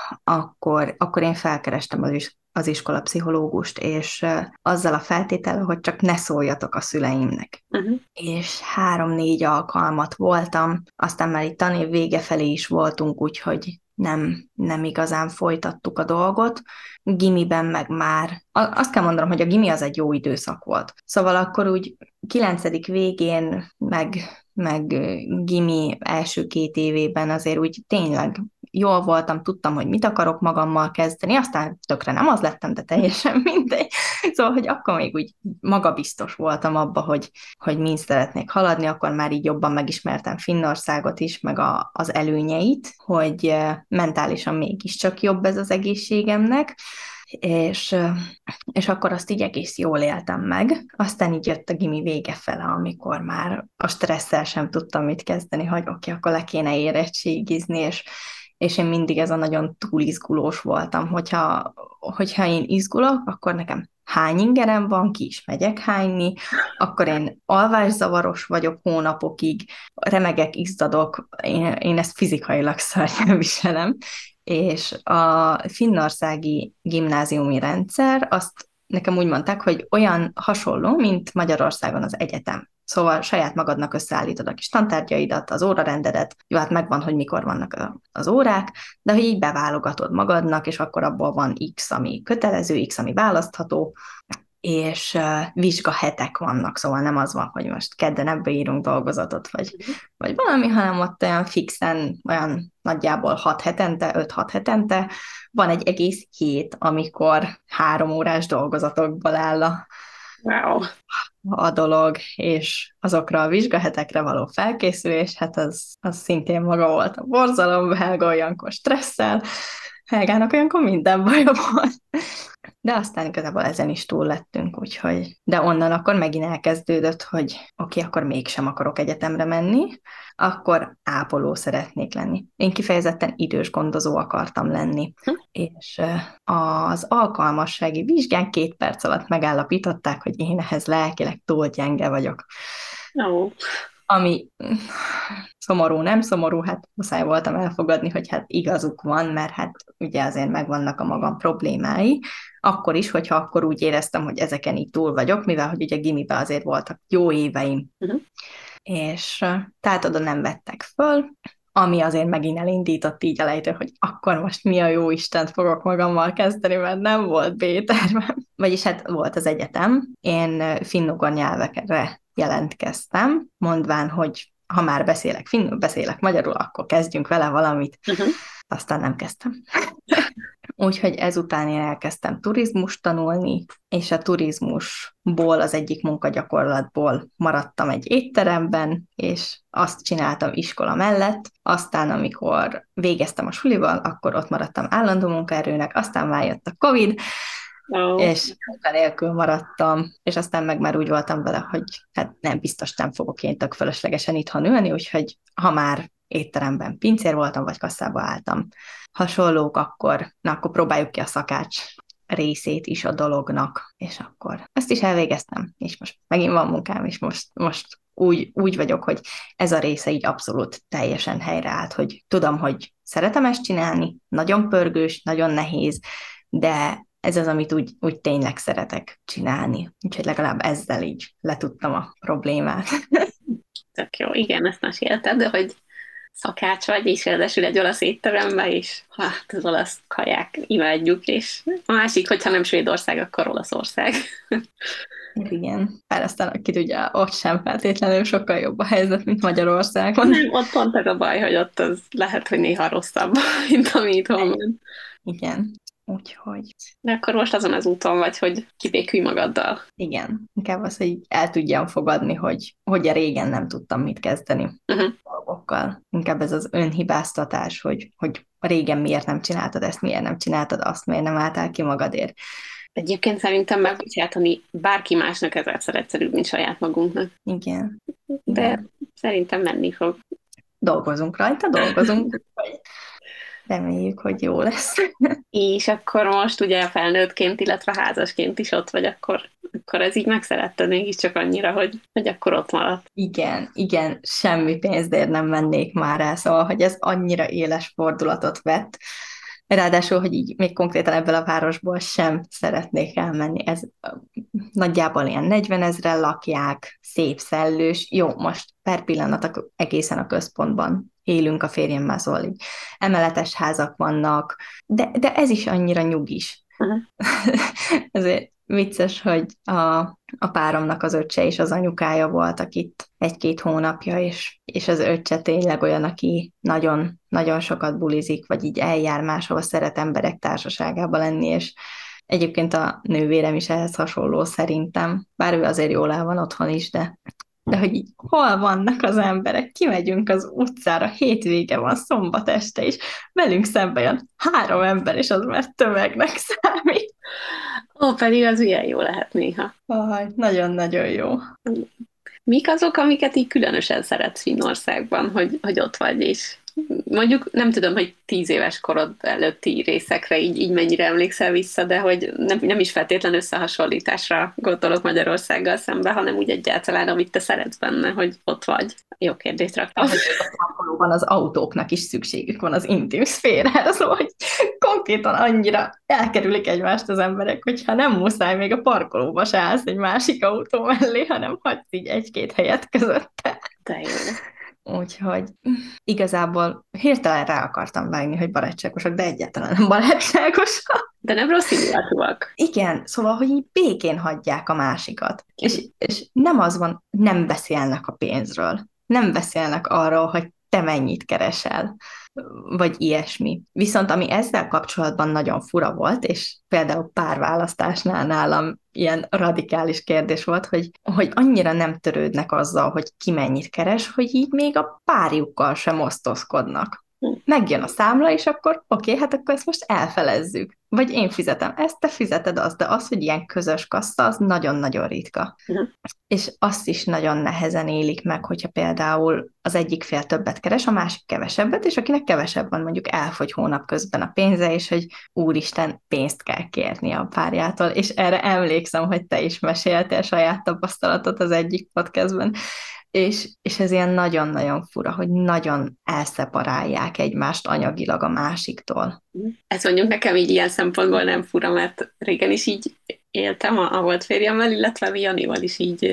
akkor, akkor én felkerestem az, is, az iskolapszichológust, és azzal a feltétellel, hogy csak ne szóljatok a szüleimnek. Uh-huh. És három-négy alkalmat voltam, aztán már itt tanév vége felé is voltunk, úgyhogy nem, nem igazán folytattuk a dolgot. Gimiben meg már, azt kell mondanom, hogy a gimi az egy jó időszak volt. Szóval akkor úgy kilencedik végén, meg, meg gimi első két évében azért úgy tényleg jól voltam, tudtam, hogy mit akarok magammal kezdeni, aztán tökre nem az lettem, de teljesen mindegy. Szóval, hogy akkor még úgy magabiztos voltam abba, hogy, hogy mind szeretnék haladni, akkor már így jobban megismertem Finnországot is, meg a, az előnyeit, hogy mentálisan mégiscsak jobb ez az egészségemnek, és, és akkor azt így egész jól éltem meg. Aztán így jött a gimi vége fele, amikor már a stresszel sem tudtam mit kezdeni, hogy oké, okay, akkor le kéne érettségizni, és és én mindig ez a nagyon túlizgulós voltam, hogyha, hogyha én izgulok, akkor nekem hány ingerem van, ki is megyek hányni, akkor én alvászavaros vagyok hónapokig, remegek, izzadok, én, én ezt fizikailag szarján viselem, és a finnországi gimnáziumi rendszer, azt nekem úgy mondták, hogy olyan hasonló, mint Magyarországon az egyetem. Szóval saját magadnak összeállítod a kis tantárgyaidat, az órarendedet, jó, hát megvan, hogy mikor vannak az órák, de hogy így beválogatod magadnak, és akkor abból van X, ami kötelező, X, ami választható, és uh, vizsgahetek vannak, szóval nem az van, hogy most kedden ebbe írunk dolgozatot, vagy, vagy valami, hanem ott olyan fixen, olyan nagyjából hat hetente, öt-hat hetente van egy egész hét, amikor három órás dolgozatokból áll a wow. a dolog, és azokra a vizsgahetekre való felkészülés, hát az, az szintén maga volt a borzalom, Helga olyankor stresszel, Helgának olyankor minden baja volt. De aztán igazából ezen is túl lettünk, úgyhogy... De onnan akkor megint elkezdődött, hogy oké, okay, akkor mégsem akarok egyetemre menni, akkor ápoló szeretnék lenni. Én kifejezetten idős gondozó akartam lenni. Hm. És az alkalmassági vizsgán két perc alatt megállapították, hogy én ehhez lelkileg túl gyenge vagyok. Oh. ami szomorú, nem szomorú, hát muszáj voltam elfogadni, hogy hát igazuk van, mert hát ugye azért megvannak a magam problémái, akkor is, hogyha akkor úgy éreztem, hogy ezeken így túl vagyok, mivel hogy ugye gimiben azért voltak jó éveim, uh-huh. és tehát oda nem vettek föl, ami azért megint elindított így a lejtő, hogy akkor most mi a jó Istent fogok magammal kezdeni, mert nem volt B-tervem. Vagyis hát volt az egyetem, én finnugor nyelvekre jelentkeztem, mondván, hogy ha már beszélek finnul, beszélek magyarul, akkor kezdjünk vele valamit. Uh-huh. Aztán nem kezdtem. Úgyhogy ezután én elkezdtem turizmust tanulni, és a turizmusból, az egyik munkagyakorlatból maradtam egy étteremben, és azt csináltam iskola mellett. Aztán, amikor végeztem a sulival, akkor ott maradtam állandó munkaerőnek, aztán már jött a Covid, oh. és munkanélkül maradtam, és aztán meg már úgy voltam vele, hogy hát nem biztos nem fogok én tök fölöslegesen itthon ülni, úgyhogy ha már étteremben pincér voltam, vagy kasszába álltam, hasonlók, akkor, na, akkor próbáljuk ki a szakács részét is a dolognak, és akkor ezt is elvégeztem, és most megint van munkám, és most, most úgy, úgy vagyok, hogy ez a része így abszolút teljesen helyreállt, hogy tudom, hogy szeretem ezt csinálni, nagyon pörgős, nagyon nehéz, de ez az, amit úgy, úgy tényleg szeretek csinálni. Úgyhogy legalább ezzel így letudtam a problémát. Tök jó, igen, ezt mesélted, de hogy szakács vagy, és ráadásul egy olasz étteremben, és hát az olasz kaják imádjuk, és a másik, hogyha nem Svédország, akkor Olaszország. Igen, bár aztán ki tudja, ott sem feltétlenül sokkal jobb a helyzet, mint Magyarországon. Nem, ott pont ez a baj, hogy ott az lehet, hogy néha rosszabb, mint ami itthon van. Igen. Úgyhogy... De akkor most azon az úton vagy, hogy kibékülj magaddal. Igen, inkább az, hogy el tudjam fogadni, hogy, hogy a régen nem tudtam mit kezdeni uh-huh. dolgokkal. Inkább ez az önhibáztatás, hogy, hogy a régen miért nem csináltad ezt, miért nem csináltad azt, miért nem álltál ki magadért. Egyébként szerintem megbocsátani bárki másnak ezerszer egyszerűbb, mint saját magunknak. Igen. De Igen. Szerintem menni fog. Dolgozunk rajta, dolgozunk. Reméljük, hogy jó lesz. És akkor most ugye felnőttként, illetve házasként is ott vagy, akkor, akkor ez így megszeretted mégiscsak annyira, hogy, hogy akkor ott maradt. Igen, igen, semmi pénzért nem mennék már el, szóval, hogy ez annyira éles fordulatot vett. Ráadásul, hogy így még konkrétan ebből a városból sem szeretnék elmenni. Ez nagyjából ilyen negyvenezren lakják, szép szellős. Jó, most per pillanat egészen a központban élünk a férjemmel, szóval így emeletes házak vannak, de, de ez is annyira nyugis. Uh-huh. Ezért vicces, hogy a, a páromnak az öccse és az anyukája voltak itt egy-két hónapja, és, és az öccse tényleg olyan, aki nagyon, nagyon sokat bulizik, vagy így eljár máshova, szeret emberek társaságában lenni, és egyébként a nővérem is ehhez hasonló szerintem, bár ő azért jól el van otthon is, de de hogy így hol vannak az emberek, kimegyünk az utcára, hétvége van, szombat este is, velünk szembe jön három ember, és az már tömegnek számít. Ó, pedig az ilyen jó lehet néha. Aj, nagyon-nagyon jó. Mik azok, amiket így különösen szeretsz Finnországban, hogy, hogy ott vagy, és mondjuk nem tudom, hogy tíz éves korod előtti részekre így, így mennyire emlékszel vissza, de hogy nem, nem is feltétlen összehasonlításra gondolok Magyarországgal szembe, hanem úgy egyáltalán, amit te szeretsz benne, hogy ott vagy. Jó kérdést raktam. Ahogy a parkolóban az autóknak is szükségük van az intim szférára, szóval hogy konkrétan annyira elkerülik egymást az emberek, hogyha nem muszáj, még a parkolóba se állsz egy másik autó mellé, hanem hagysz így egy-két helyet közötte. De jó. Úgyhogy igazából hirtelen rá akartam vágni, hogy barátságosak, de egyáltalán nem barátságosak. De nem rossz indulatúak. Igen, szóval, hogy így békén hagyják a másikat. És, és nem az van, nem beszélnek a pénzről. Nem beszélnek arról, hogy te mennyit keresel, vagy ilyesmi. Viszont ami ezzel kapcsolatban nagyon fura volt, és például párválasztásnál nálam ilyen radikális kérdés volt, hogy, hogy annyira nem törődnek azzal, hogy ki mennyit keres, hogy így még a párjukkal sem osztozkodnak. Megjön a számla, és akkor oké, okay, hát akkor ezt most elfelezzük. Vagy én fizetem ezt, te fizeted azt, de az, hogy ilyen közös kassa, az nagyon-nagyon ritka. Uh-huh. És azt is nagyon nehezen élik meg, hogyha például az egyik fél többet keres, a másik kevesebbet, és akinek kevesebb van, mondjuk elfogy hónap közben a pénze, és hogy úristen, pénzt kell kérni a párjától. És erre emlékszem, hogy te is meséltél saját tapasztalatot az egyik podcastben. és, és ez ilyen nagyon-nagyon fura, hogy nagyon elszeparálják egymást anyagilag a másiktól. Ez mondjuk nekem így ilyen szempontból nem fura, mert régen is így éltem a, a volt férjemmel, illetve mi Janival is így,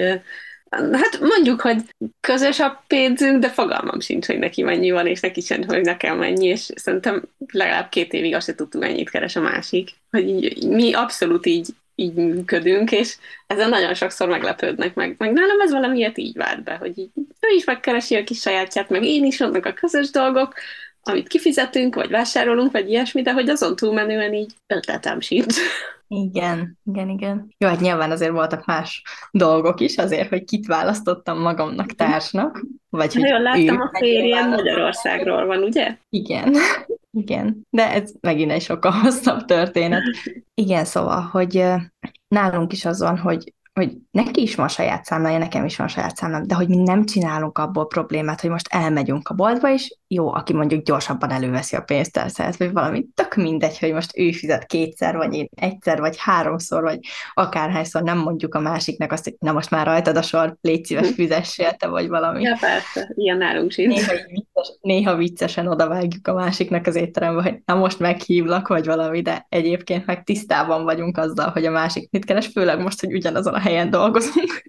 hát mondjuk, hogy közös a pénzünk, de fogalmam sincs, hogy neki mennyi van, és neki sem, hogy nekem mennyi, és szerintem legalább két évig azt se tudtuk, mennyit keres a másik. Hogy így, mi abszolút így, így működünk, és ezen nagyon sokszor meglepődnek meg. Meg nálam ez valamiért így vált be, hogy így, ő is megkeresi a kis sajátját, meg én is, vannak a közös dolgok, amit kifizetünk, vagy vásárolunk, vagy ilyesmi, de hogy azon túlmenően így ötletem sincs. Igen, igen, igen. Jó, hát nyilván azért voltak más dolgok is, azért, hogy kit választottam magamnak társnak, vagy hogy Nagyon láttam, ő a férjem Magyarországról van, ugye? Igen, igen, de ez megint egy sokkal hosszabb történet. Igen, szóval, hogy ö, nálunk is az van, hogy hogy neki is van saját számlája, nekem is van saját számlám, de hogy mi nem csinálunk abból problémát, hogy most elmegyünk a boltba, és jó, aki mondjuk gyorsabban előveszi a pénztárcáját, vagy valami, tök mindegy, hogy most ő fizet kétszer, vagy én egyszer, vagy háromszor, vagy akárhányszor nem mondjuk a másiknak azt, hogy na most már rajtad a sor, légy szíves, fizessél te, vagy valami. Ja, persze, ilyen nálunk sincs. Néha, vicces, néha viccesen odavágjuk a másiknak az étterembe, hogy na most meghívlak, vagy valami, de egyébként meg tisztában vagyunk azzal, hogy a másik mit keres, főleg most, hogy ugyanazon a helyen dolgozunk.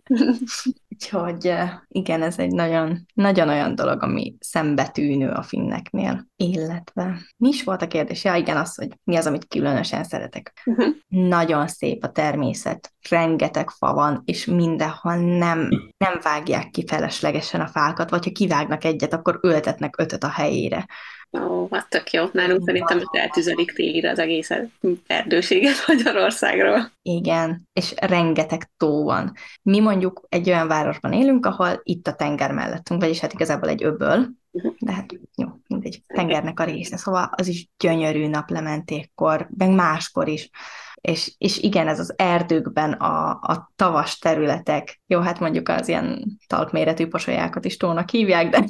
Úgyhogy igen, ez egy nagyon, nagyon olyan dolog, ami szembetűnő a finneknél. Illetve mi is volt a kérdés? Ja, igen, az, hogy mi az, amit különösen szeretek. Uh-huh. Nagyon szép a természet, rengeteg fa van, és mindenhol nem, nem vágják ki feleslegesen a fákat, vagy ha kivágnak egyet, akkor ültetnek ötöt a helyére. Ó, hát tök jó. Nálunk szerintem most eltüzelik télire az egész erdőséget Magyarországról. Igen, és rengeteg tó van. Mi mondjuk egy olyan városban élünk, ahol itt a tenger mellettünk, vagyis hát igazából egy öböl, de hát jó, mindegy, tengernek a része, szóval az is gyönyörű naplementékkor, meg máskor is. És, és igen, ez az erdőkben a, a tavas területek, jó, hát mondjuk az ilyen talpméretű posolyákat is tónak hívják, de...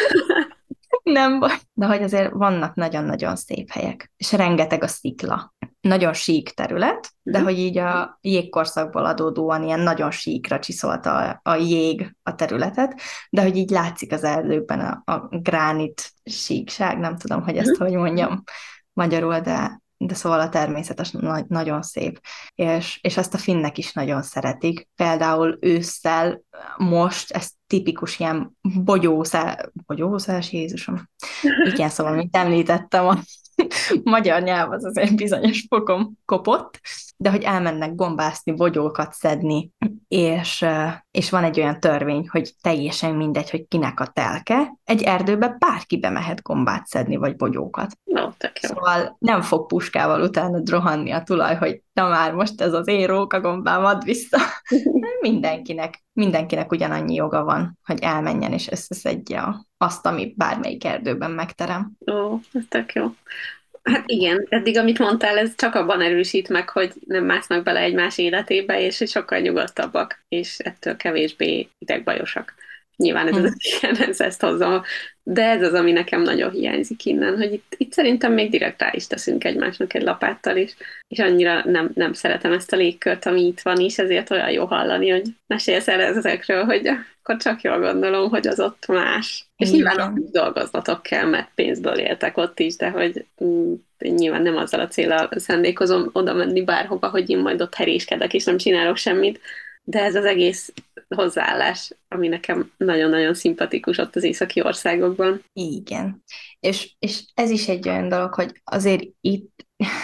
Nem baj. De hogy azért vannak nagyon-nagyon szép helyek, és rengeteg a szikla. Nagyon sík terület, de hogy így a jégkorszakból adódóan ilyen nagyon síkra csiszolta a, a jég a területet, de hogy így látszik az erdőkben a, a gránit síkság, nem tudom, hogy ezt hogy mondjam magyarul, de, de szóval a természetes na- nagyon szép. És, és ezt a finnek is nagyon szeretik. Például ősszel most ez tipikus ilyen bogyószás, bogyószás, Jézusom. Igen, szóval, mint említettem, a magyar nyelv az azért bizonyos fokon kopott, de hogy elmennek gombászni, bogyókat szedni, és, és van egy olyan törvény, hogy teljesen mindegy, hogy kinek a telke, egy erdőbe bárki bemehet gombát szedni, vagy bogyókat. No, tök jó. Szóval nem fog puskával utána rohanni a tulaj, hogy na már most ez az én rókagombám, add vissza. Mindenkinek, mindenkinek ugyanannyi joga van, hogy elmenjen és összeszedje azt, ami bármelyik erdőben megterem. Ó, ez tök jó. Hát igen, eddig amit mondtál, ez csak abban erősít meg, hogy nem másznak bele egymás életébe, és sokkal nyugodtabbak, és ettől kevésbé idegbajosak. Nyilván ez, hmm. az, igen, ez ezt hozza. De ez az, ami nekem nagyon hiányzik innen, hogy itt, itt szerintem még direkt rá is teszünk egymásnak egy lapáttal, és, és annyira nem, nem szeretem ezt a légkört, ami itt van is, ezért olyan jó hallani, hogy mesélsz el ezekről, hogy akkor csak jól gondolom, hogy az ott más. És Igen. nyilván ott dolgoznatok kell, mert pénzből éltek ott is, de hogy mm, nyilván nem azzal a céllal szándékozom oda menni bárhova, hogy én majd ott heréskedek, és nem csinálok semmit, de ez az egész hozzáállás, ami nekem nagyon-nagyon szimpatikus ott az északi országokban. Igen. És, és ez is egy olyan dolog, hogy azért itt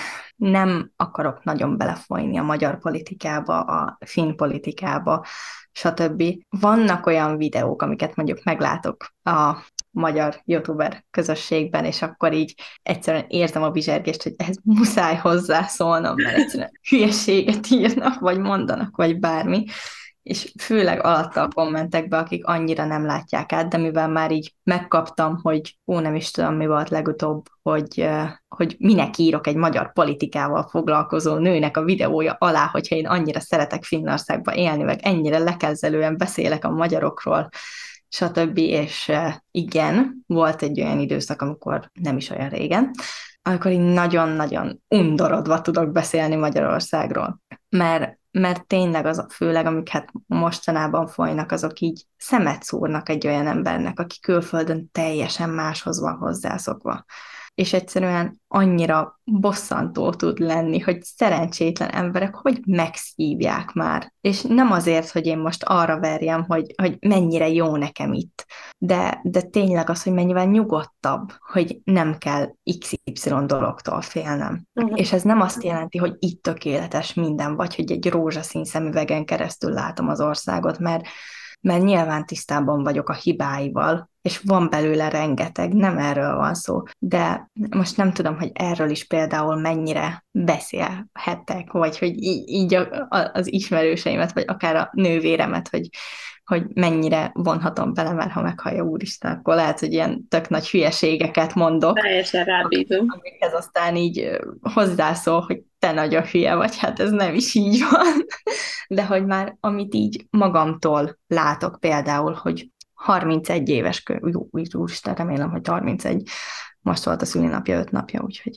nem akarok nagyon belefolyni a magyar politikába, a finn politikába, stb. Vannak olyan videók, amiket mondjuk meglátok a magyar youtuber közösségben, és akkor így egyszerűen érzem a bizsergést, hogy ehhez muszáj hozzászólnom, mert egyszerűen hülyeséget írnak, vagy mondanak, vagy bármi. És főleg alatta a kommentekben, akik annyira nem látják át, de mivel már így megkaptam, hogy ó, nem is tudom, mi volt legutóbb, hogy, hogy minek írok egy magyar politikával foglalkozó nőnek a videója alá, hogyha én annyira szeretek Finnországba élni, meg ennyire lekezzelően beszélek a magyarokról, stb. És igen, volt egy olyan időszak, amikor nem is olyan régen, amikor így nagyon-nagyon undorodva tudok beszélni Magyarországról. mert, mert tényleg az, főleg amik hát mostanában folynak, azok így szemet szúrnak egy olyan embernek, aki külföldön teljesen máshoz van hozzászokva. És egyszerűen annyira bosszantó tud lenni, hogy szerencsétlen emberek hogy megszívják már. És nem azért, hogy én most arra verjem, hogy, hogy mennyire jó nekem itt, de, de tényleg az, hogy mennyivel nyugodtabb, hogy nem kell iksz ipszilon dologtól félnem. Uh-huh. És ez nem azt jelenti, hogy itt tökéletes minden, vagy hogy egy rózsaszín szemüvegen keresztül látom az országot, mert mert nyilván tisztában vagyok a hibáival, és van belőle rengeteg, nem erről van szó, de most nem tudom, hogy erről is például mennyire beszélhettek, vagy hogy így, így a, a, az ismerőseimet, vagy akár a nővéremet, hogy, hogy mennyire vonhatom bele, mert ha meghallja úristen, akkor lehet, hogy ilyen tök nagy hülyeségeket mondok. Teljesen rábízom. Amikhez aztán így hozzászól, hogy te nagyon hülye vagy, hát ez nem is így van. De hogy már amit így magamtól látok például, hogy harmincegy éves, kö... jó, úristen, remélem, hogy harmincegy, most volt a szülinapja öt napja, úgyhogy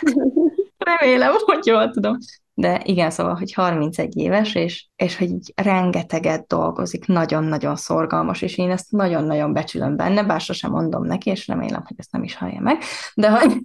remélem, hogy jól tudom. De igen, szóval, hogy harmincegy éves, és, és hogy így rengeteget dolgozik, nagyon-nagyon szorgalmas, és én ezt nagyon-nagyon becsülöm benne, bár sosem mondom neki, és remélem, hogy ezt nem is hallja meg, de hogy,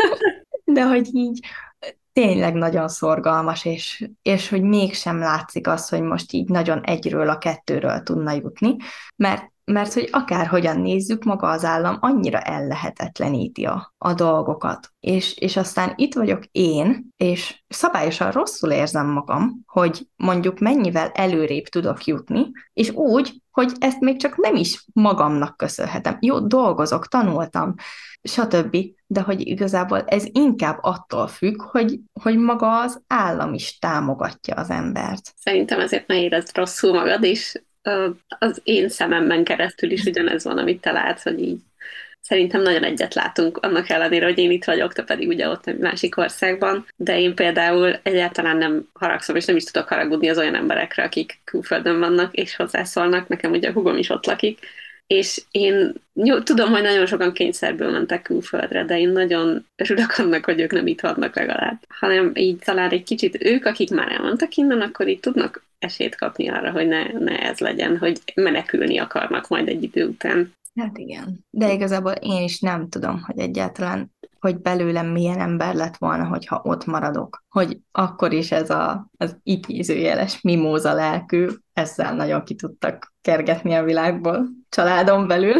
de hogy így tényleg nagyon szorgalmas, és, és hogy mégsem látszik az, hogy most így nagyon egyről a kettőről tudna jutni, mert, mert hogy akárhogyan nézzük, maga az állam annyira ellehetetleníti a, a dolgokat. És, és aztán itt vagyok én, és szabályosan rosszul érzem magam, hogy mondjuk mennyivel előrébb tudok jutni, és úgy, hogy ezt még csak nem is magamnak köszönhetem. Jó, dolgozok, tanultam, stb., de hogy igazából ez inkább attól függ, hogy, hogy maga az állam is támogatja az embert. Szerintem ezért ne érezd rosszul magad, és az én szememben keresztül is ugyanez van, amit te látsz, hogy így szerintem nagyon egyet látunk, annak ellenére, hogy én itt vagyok, te pedig ugye ott egy másik országban, de én például egyáltalán nem haragszom, és nem is tudok haragudni az olyan emberekre, akik külföldön vannak, és hozzászólnak, nekem ugye a húgom is ott lakik, és én jó, tudom, hogy nagyon sokan kényszerből mentek külföldre, de én nagyon örülök annak, hogy ők nem itt vannak legalább, hanem így talán egy kicsit ők, akik már elmentek innen, akkor így tudnak esélyt kapni arra, hogy ne, ne ez legyen, hogy menekülni akarnak majd egy idő után. Hát igen. De igazából én is nem tudom, hogy egyáltalán, hogy belőlem milyen ember lett volna, hogyha ott maradok. Hogy akkor is ez a, az idézőjeles mimóza lelkű, ezzel nagyon ki tudtak kergetni a világból családon belül.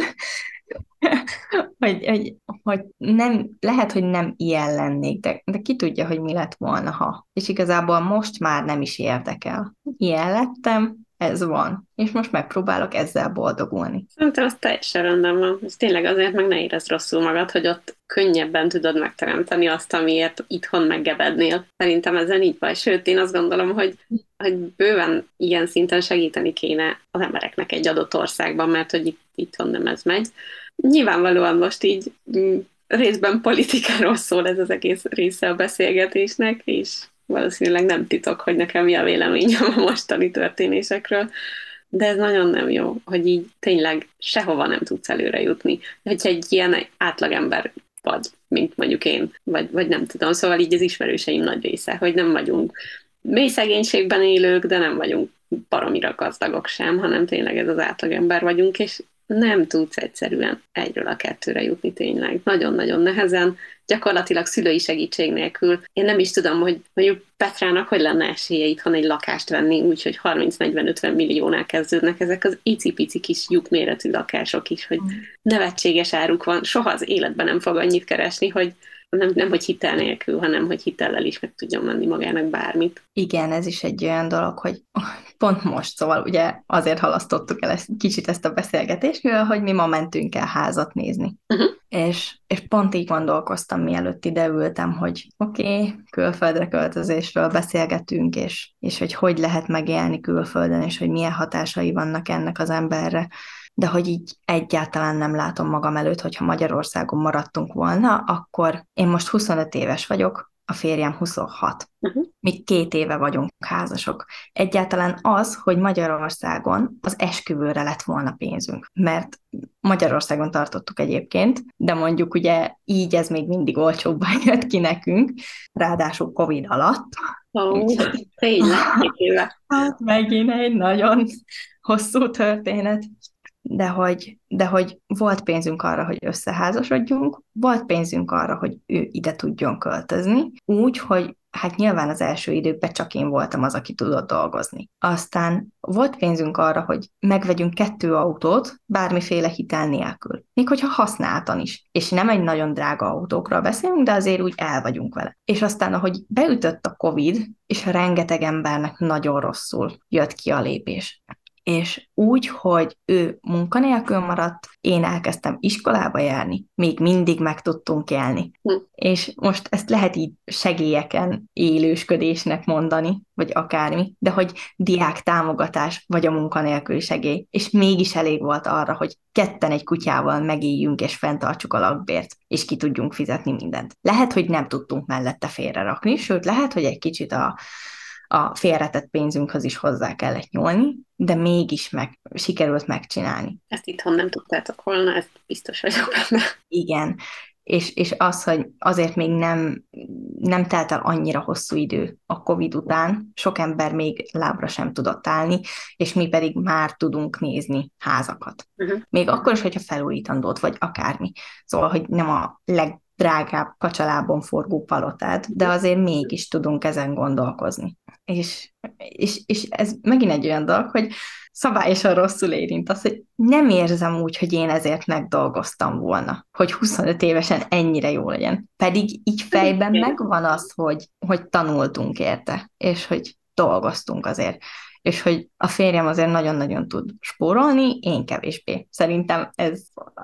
hogy, hogy, hogy nem, lehet, hogy nem ilyen lennék, de, de ki tudja, hogy mi lett volna, ha. És igazából most már nem is érdekel. Ilyen lettem, ez van. És most megpróbálok ezzel boldogulni. Szerintem az teljesen rendben van. Ez tényleg azért meg ne érezd rosszul magad, hogy ott könnyebben tudod megteremteni azt, amiért itthon meggebednél. Szerintem ezen így van. Sőt, én azt gondolom, hogy, hogy bőven ilyen szinten segíteni kéne az embereknek egy adott országban, mert hogy itt, itthon nem ez megy. Nyilvánvalóan most így részben politikáról szól ez az egész része a beszélgetésnek, és valószínűleg nem titok, hogy nekem mi a véleményem a mostani történésekről, de ez nagyon nem jó, hogy így tényleg sehova nem tudsz előre jutni. Hogyha egy ilyen átlagember vagy, mint mondjuk én, vagy, vagy nem tudom, szóval így az ismerőseim nagy része, hogy nem vagyunk mély szegénységben élők, de nem vagyunk baromira gazdagok sem, hanem tényleg ez az átlagember vagyunk, és nem tudsz egyszerűen egyről a kettőre jutni tényleg. Nagyon-nagyon nehezen, gyakorlatilag szülői segítség nélkül. Én nem is tudom, hogy mondjuk Petrának hogy lenne esélye itthon egy lakást venni, úgyhogy harminc-negyven-ötven milliónál kezdődnek ezek az icipici kis lyukméretű lakások is, hogy nevetséges áruk van. Soha az életben nem fog annyit keresni, hogy nem, nem hogy hitel nélkül, hanem hogy hitellel is meg tudjon menni magának bármit. Igen, ez is egy olyan dolog, hogy pont most, szóval ugye azért halasztottuk el ezt, kicsit ezt a beszélgetést, mivel hogy mi ma mentünk el házat nézni. Uh-huh. És, és pont így gondolkoztam, mielőtt ide ültem, hogy oké, okay, külföldre költözésről beszélgetünk, és, és hogy hogy lehet megélni külföldön, és hogy milyen hatásai vannak ennek az emberre, de hogy így egyáltalán nem látom magam előtt, hogyha Magyarországon maradtunk volna, akkor én most huszonöt éves vagyok, a férjem huszonhat. Uh-huh. Mi két éve vagyunk házasok. Egyáltalán az, hogy Magyarországon az esküvőre lett volna pénzünk. Mert Magyarországon tartottuk egyébként, de mondjuk ugye így ez még mindig olcsóbban jött ki nekünk, ráadásul Covid alatt. Ó, tényleg, két éve. Hát megint egy nagyon hosszú történet. De hogy, de hogy volt pénzünk arra, hogy összeházasodjunk, volt pénzünk arra, hogy ő ide tudjon költözni, úgy, hogy hát nyilván az első időkben csak én voltam az, aki tudott dolgozni. Aztán volt pénzünk arra, hogy megvegyünk kettő autót, bármiféle hitel nélkül. Még hogyha használtan is. És nem egy nagyon drága autókról beszélünk, de azért úgy el vagyunk vele. És aztán, ahogy beütött a Covid, és rengeteg embernek nagyon rosszul jött ki a lépés. És úgy, hogy ő munkanélkül maradt, én elkezdtem iskolába járni, még mindig meg tudtunk élni. Hm. És most ezt lehet így segélyeken élősködésnek mondani, vagy akármi, de hogy diák támogatás, vagy a munkanélküli segély, és mégis elég volt arra, hogy ketten egy kutyával megéljünk, és fenntartsuk a lakbért, és ki tudjunk fizetni mindent. Lehet, hogy nem tudtunk mellette félrerakni, sőt, lehet, hogy egy kicsit a a félretett pénzünkhöz is hozzá kellett nyúlni, de mégis meg, sikerült megcsinálni. Ezt itthon nem tudtátok volna, ezt biztos vagyok benne. Igen, és, és az, hogy azért még nem, nem telt el annyira hosszú idő a Covid után, sok ember még lábra sem tudott állni, és mi pedig már tudunk nézni házakat. Uh-huh. Még akkor is, hogyha felújítandót, vagy akármi. Szóval, hogy nem a leg drágább kacsalábon forgó palotát, de azért mégis tudunk ezen gondolkozni. És, és, és ez megint egy olyan dolog, hogy szabályosan rosszul érint az, hogy nem érzem úgy, hogy én ezért megdolgoztam volna, hogy huszonöt évesen ennyire jó legyen. Pedig így fejben megvan az, hogy, hogy tanultunk érte, és hogy dolgoztunk azért. És hogy a férjem azért nagyon-nagyon tud spórolni, én kevésbé. Szerintem ez...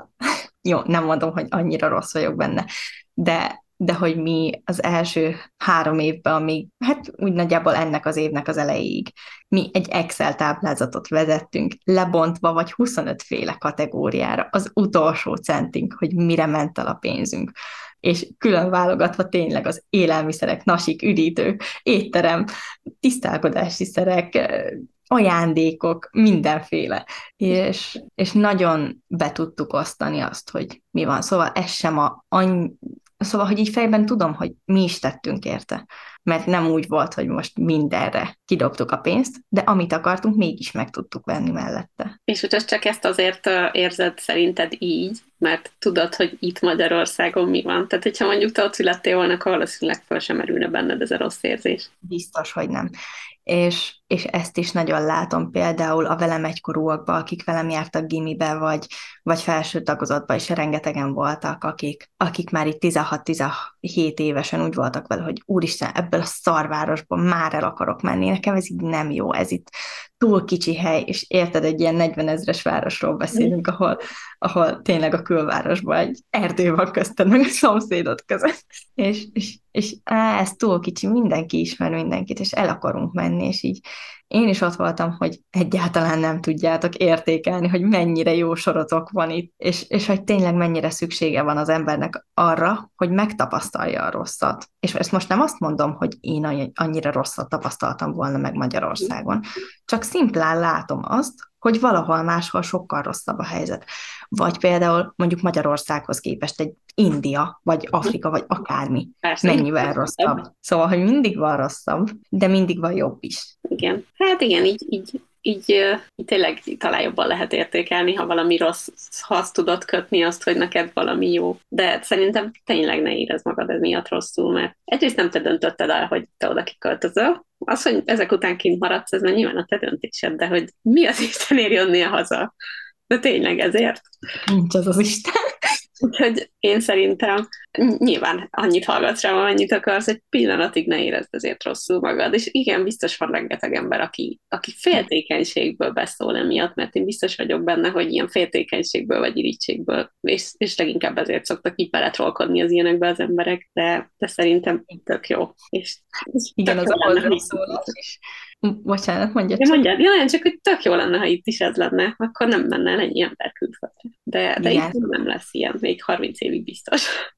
Jó, nem mondom, hogy annyira rossz vagyok benne, de, de hogy mi az első három évben, amíg, hát úgy nagyjából ennek az évnek az elejéig, mi egy Excel táblázatot vezettünk, lebontva vagy huszonöt féle kategóriára, az utolsó centink, hogy mire ment el a pénzünk. És külön válogatva tényleg az élelmiszerek, nasik, üdítők, étterem, tisztálkodási szerek, ajándékok, mindenféle. És, és nagyon be tudtuk osztani azt, hogy mi van. Szóval ez sem a... Any... Szóval, hogy így fejben tudom, hogy mi is tettünk érte. Mert nem úgy volt, hogy most mindenre kidobtuk a pénzt, de amit akartunk, mégis meg tudtuk venni mellette. És hogy csak ezt azért érzed szerinted így, mert tudod, hogy itt Magyarországon mi van. Tehát, hogyha mondjuk te ott születtél volna, akkor valószínűleg fel sem merülne benned ez a rossz érzés. Biztos, hogy nem. És, és ezt is nagyon látom például a velem egykorúakban, akik velem jártak gimibe, vagy, vagy felső tagozatban is rengetegen voltak, akik, akik már itt tizenhat-tizenhét évesen úgy voltak vele, hogy úristen, ebből a szarvárosból már el akarok menni, nekem ez így nem jó, ez itt túl kicsi hely, és érted, egy ilyen negyvenezres városról beszélünk, ahol, ahol tényleg a külvárosban egy erdő van közted, meg a szomszédod között, és, és, és á, ez túl kicsi, mindenki ismer mindenkit, és el akarunk menni, és így én is ott voltam, hogy egyáltalán nem tudjátok értékelni, hogy mennyire jó sorotok van itt, és, és hogy tényleg mennyire szüksége van az embernek arra, hogy megtapasztalja a rosszat. És ezt most nem azt mondom, hogy én annyira rosszat tapasztaltam volna meg Magyarországon, csak szimplán látom azt, hogy valahol máshol sokkal rosszabb a helyzet. Vagy például mondjuk Magyarországhoz képest egy India, vagy Afrika, vagy akármi. Persze. Mennyivel rosszabb. Szóval, hogy mindig van rosszabb, de mindig van jobb is. Igen. Hát igen, így, így, így, így tényleg talán jobban lehet értékelni, ha valami rossz, ha azt tudod kötni azt, hogy neked valami jó. De szerintem tényleg ne érezd magad ez miatt rosszul, mert egyrészt nem te döntötted el, hogy te oda kiköltözöl. Az, hogy ezek után kint maradsz, ez már nyilván a te döntésed, de hogy mi az Istenért jönnél haza? De tényleg ezért. Nincs az az Isten. Úgyhogy én szerintem nyilván annyit hallgatsz rá, amennyit akarsz, egy pillanatig ne érezd ezért rosszul magad. És igen, biztos van rengeteg ember, aki, aki féltékenységből beszól emiatt, mert én biztos vagyok benne, hogy ilyen féltékenységből vagy irítségből, és, és leginkább ezért szoktak így beletrolkodni az ilyenekbe az emberek, de, de szerintem tök jó. És, és igen, az a hozzászólás is. Bocsánat, mondja csak. Mondjad, ja, csak hogy tök jó lenne, ha itt is ez lenne, akkor nem menne ennyi ember külföldre. De, de itt nem lesz ilyen, még harminc évig biztos.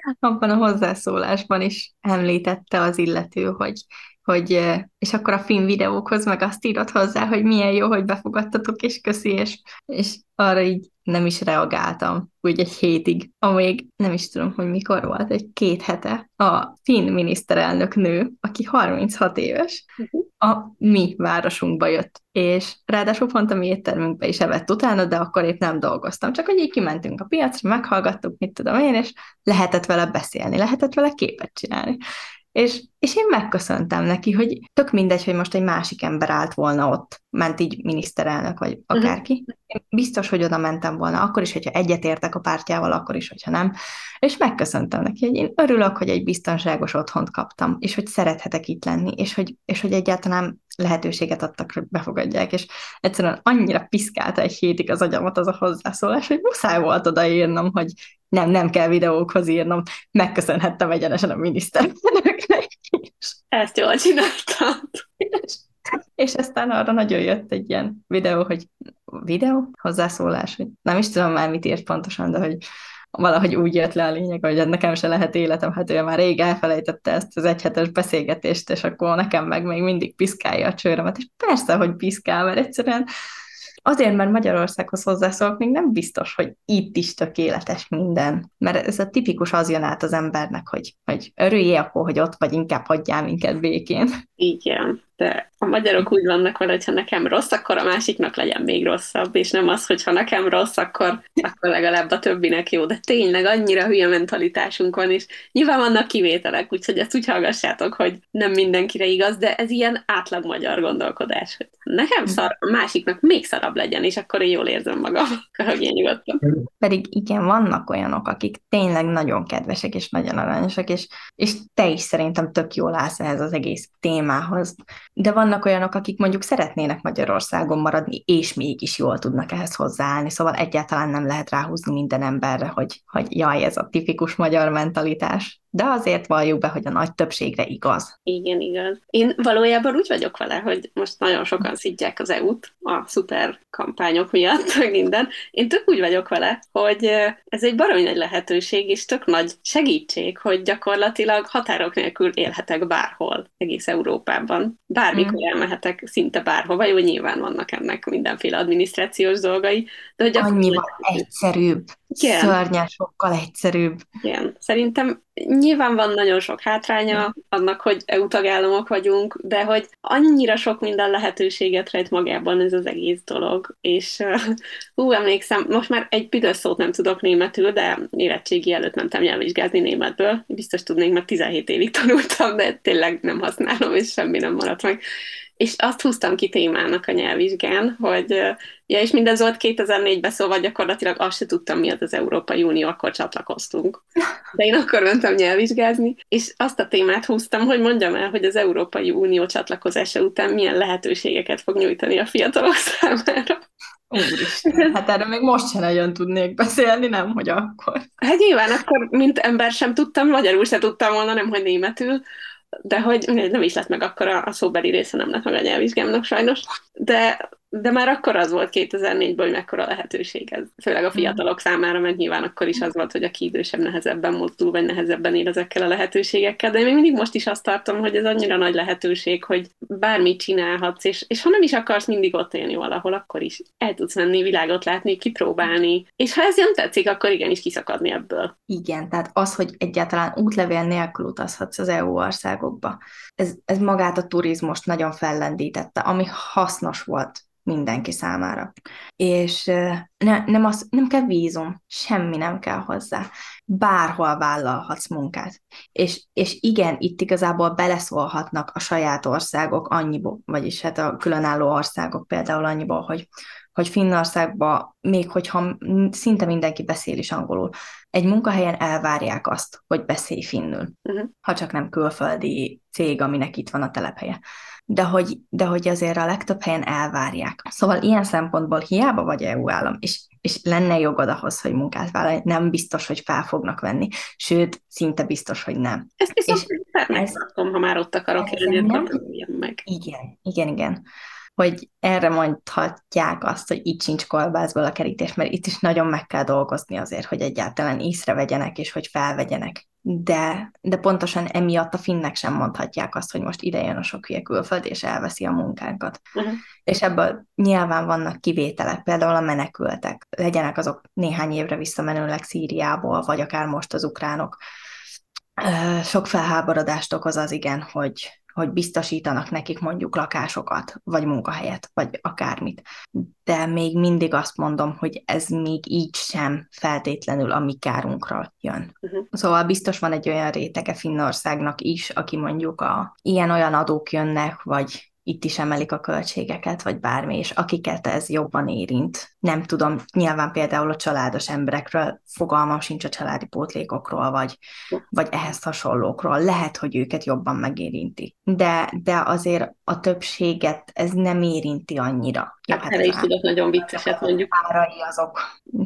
abban a hozzászólásban is említette az illető, hogy, hogy és akkor a film videókhoz meg azt írott hozzá, hogy milyen jó, hogy befogadtatok, és köszi, és, és arra így nem is reagáltam, úgy egy hétig, amíg nem is tudom, hogy mikor volt, egy két hete, a finn miniszterelnök nő, aki harminchat éves, a mi városunkba jött, és ráadásul pont a mi éttermünkbe is evett utána, de akkor épp nem dolgoztam, csak hogy így kimentünk a piacra, meghallgattuk, mit tudom én, és lehetett vele beszélni, lehetett vele képet csinálni. És, és én megköszöntem neki, hogy tök mindegy, hogy most egy másik ember állt volna ott, ment így miniszterelnök, vagy akárki. Én biztos, hogy oda mentem volna, akkor is, hogyha egyetértek a pártjával, akkor is, hogyha nem. És megköszöntem neki, hogy én örülök, hogy egy biztonságos otthont kaptam, és hogy szerethetek itt lenni, és hogy, és hogy egyáltalán lehetőséget adtak, hogy befogadják, és egyszerűen annyira piszkálta egy hétig az agyamat az a hozzászólás, hogy muszáj volt odaírnom, hogy nem, nem kell videókhoz írnom, megköszönhettem egyenesen a miniszterelnöknek is. Ezt jól csináltam. És, és aztán arra nagyon jött egy ilyen videó, hogy videó, hozzászólás, hogy nem is tudom már, mit írt pontosan, de hogy valahogy úgy jött le a lényeg, hogy nekem se lehet életem, hát ő már rég elfelejtette ezt az egyhetes beszélgetést, és akkor nekem meg még mindig piszkálja a csőrömet, és persze, hogy piszkál, mert egyszerűen azért, mert Magyarországhoz hozzászólok, még nem biztos, hogy itt is tökéletes minden. Mert ez a tipikus az jön át az embernek, hogy, hogy örüljél akkor, hogy ott vagy, inkább hagyjál minket békén. Igen, de a magyarok úgy vannak vele, hogy ha nekem rossz, akkor a másiknak legyen még rosszabb, és nem az, hogy ha nekem rossz, akkor, akkor legalább a többinek jó. De tényleg annyira hülye mentalitásunk van, és nyilván vannak kivételek, úgyhogy ezt úgy hallgassátok, hogy nem mindenkire igaz, de ez ilyen átlag magyar gondolkodás, hogy nekem szar, a másiknak még szarabb legyen, és akkor én jól érzem magam. Köhögjén nyugodtan. Pedig igen, vannak olyanok, akik tényleg nagyon kedvesek és nagyon aranyosak, és, és te is szerintem tök jól állsz ehhez az egész témához. De vannak olyanok, akik mondjuk szeretnének Magyarországon maradni, és mégis jól tudnak ehhez hozzáállni, szóval egyáltalán nem lehet ráhúzni minden emberre, hogy, hogy jaj, ez a tipikus magyar mentalitás. De azért valljuk be, hogy a nagy többségre igaz. Igen, igaz. Én valójában úgy vagyok vele, hogy most nagyon sokan szidják az é út a szuper kampányok miatt, meg minden. Én tök úgy vagyok vele, hogy ez egy baromi nagy lehetőség, és tök nagy segítség, hogy gyakorlatilag határok nélkül élhetek bárhol, egész Európában. Bármikor mm. elmehetek szinte bárhova, jó, nyilván vannak ennek mindenféle adminisztrációs dolgai. De hogy annyival egyszerűbb, igen. Szörnyen sokkal egyszerűbb. Igen, szerintem nyilván van nagyon sok hátránya annak, hogy é u tagállamok vagyunk, de hogy annyira sok minden lehetőséget rejt magában ez az egész dolog. És uh, hú, emlékszem, most már egy büdös szót nem tudok németül, de érettségi előtt mentem nyelvvizsgázni németből. Biztos tudnék, mert tizenhét évig tanultam, de tényleg nem használom, és semmi nem maradt meg. És azt húztam ki témának a nyelvvizsgán, hogy ja, és mindez volt kétezer-négyben, szóval gyakorlatilag azt se tudtam, mi az az Európai Unió, akkor csatlakoztunk. De én akkor mentem nyelvvizsgázni, és azt a témát húztam, hogy mondjam el, hogy az Európai Unió csatlakozása után milyen lehetőségeket fog nyújtani a fiatalok számára. Úristen, hát erre még most sem nagyon tudnék beszélni, nem, hogy akkor. Hát nyilván akkor, mint ember sem tudtam, magyarul sem tudtam volna, nem, hogy németül, de hogy nem is lett meg akkor a, a szóbeli része, nem lett meg a nyelvvizsgámnak sajnos, de, de már akkor az volt kétezer-négyben, hogy mekkora lehetőség ez, főleg a fiatalok számára, mert nyilván akkor is az volt, hogy aki idősebb nehezebben mozdul, vagy nehezebben él ezekkel a lehetőségekkel, de én még mindig most is azt tartom, hogy ez annyira nagy lehetőség, hogy bármit csinálhatsz, és, és ha nem is akarsz mindig ott élni valahol, akkor is el tudsz menni, világot látni, kipróbálni, és ha ez nem tetszik, akkor igenis kiszakadni ebből. Igen, tehát az, hogy egyáltalán útlevél nélkül utazhatsz az é u országokba, ez, ez magát a turizmust nagyon fellendítette, ami hasznos volt mindenki számára. És ne, nem, az, nem kell vízum, semmi nem kell hozzá. Bárhol vállalhatsz munkát. És, és igen, itt igazából beleszólhatnak a saját országok annyiból, vagyis hát a különálló országok például annyiból, hogy hogy Finnországban, még hogyha szinte mindenki beszél is angolul, egy munkahelyen elvárják azt, hogy beszélj finnül, uh-huh. ha csak nem külföldi cég, aminek itt van a telephelye. De hogy, de hogy azért a legtöbb helyen elvárják. Szóval ilyen szempontból hiába vagy é u állam, és, és lenne jogod ahhoz, hogy munkát vállalj, nem biztos, hogy fel fognak venni, sőt, szinte biztos, hogy nem. Ezt viszont megtartom, ha már ott akarok élni, akkor meg. Igen, igen, igen. Hogy erre mondhatják azt, hogy itt sincs kolbászból a kerítés, mert itt is nagyon meg kell dolgozni azért, hogy egyáltalán észrevegyenek, és hogy felvegyenek. de, de pontosan emiatt a finnek sem mondhatják azt, hogy most ide jön a sok hülye külföld, és elveszi a munkánkat. Uh-huh. És ebből nyilván vannak kivételek, például a menekültek, legyenek azok néhány évre visszamenőleg Szíriából, vagy akár most az ukránok. Sok felháborodást okoz az, igen, hogy, hogy biztosítanak nekik mondjuk lakásokat, vagy munkahelyet, vagy akármit. De még mindig azt mondom, hogy ez még így sem feltétlenül a mi kárunkra jön. Uh-huh. Szóval biztos van egy olyan rétege Finnországnak is, aki mondjuk a ilyen-olyan adók jönnek, vagy itt is emelik a költségeket, vagy bármi, és akiket ez jobban érint. Nem tudom, nyilván például a családos emberekről, fogalmam sincs a családi pótlékokról, vagy, vagy ehhez hasonlókról. Lehet, hogy őket jobban megérinti. De, de azért a többséget ez nem érinti annyira. Hát, hát erre is tudok nagyon vicceset mondjuk. Árai azok,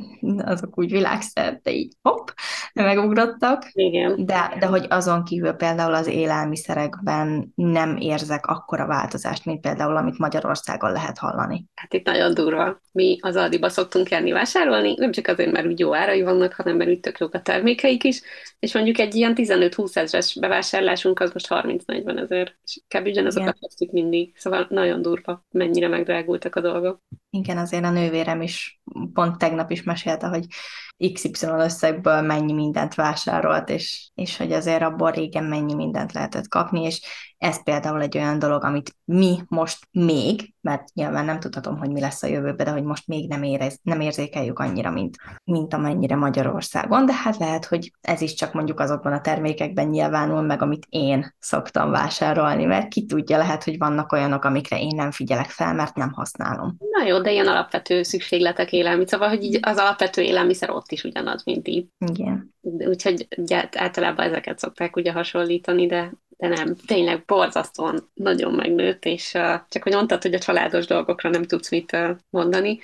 azok úgy világszerte így hopp, megugrottak. Igen. De, de hogy azon kívül például az élelmiszerekben nem érzek akkora változást, mint például, amit Magyarországon lehet hallani. Hát itt nagyon durva. Mi az Aldiba szoktunk járni vásárolni, nem csak azért, mert úgy jó árai vannak, hanem mert úgy tök jók a termékeik is, és mondjuk egy ilyen tizenöt-húsz ezres bevásárlásunk az most harminc-negyven ezer, és kb. Ugyanazokat vesztük mindig. Szóval nagyon durva, mennyire megdrágultak a dolgok. Igen, azért a nővérem is pont tegnap is mesélte, hogy iksz ipszilon összegből mennyi mindent vásárolt, és, és hogy azért abból régen mennyi mindent lehetett kapni, és ez például egy olyan dolog, amit mi most még, mert nyilván nem tudhatom, hogy mi lesz a jövőben, de hogy most még nem, érez, nem érzékeljük annyira, mint, mint amennyire Magyarországon, de hát lehet, hogy ez is csak mondjuk azokban a termékekben nyilvánul meg, amit én szoktam vásárolni, mert ki tudja, lehet, hogy vannak olyanok, amikre én nem figyelek fel, mert nem használom. Na jó, de ilyen alapvető szükségletek élelmiszer, szóval, hogy így az alapvető élelmiszer ott is ugyanaz, mint így. Igen. Úgyhogy ugye, általában ezeket szokták ugye hasonlítani, de, de nem, tényleg borzasztóan nagyon megnőtt, és uh, csak hogy mondtad, hogy a családos dolgokra nem tudsz mit uh, mondani.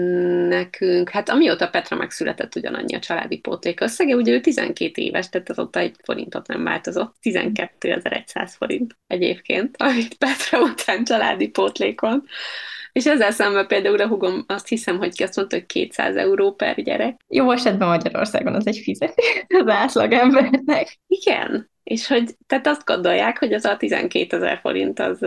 Nekünk, hát amióta Petra megszületett, ugyanannyi a családi pótlék összege, ugye ő tizenkét éves, tehát azóta egy forintot nem változott, tizenkétezer-száz forint egyébként, amit Petra után családi pótlék van. És ezzel szemben például a húgom azt hiszem, hogy ki azt mondta, hogy kétszáz euró per gyerek. Jó esetben Magyarországon az egy fizetés az átlagembernek. Igen, és hogy tehát azt gondolják, hogy az a tizenkétezer forint az...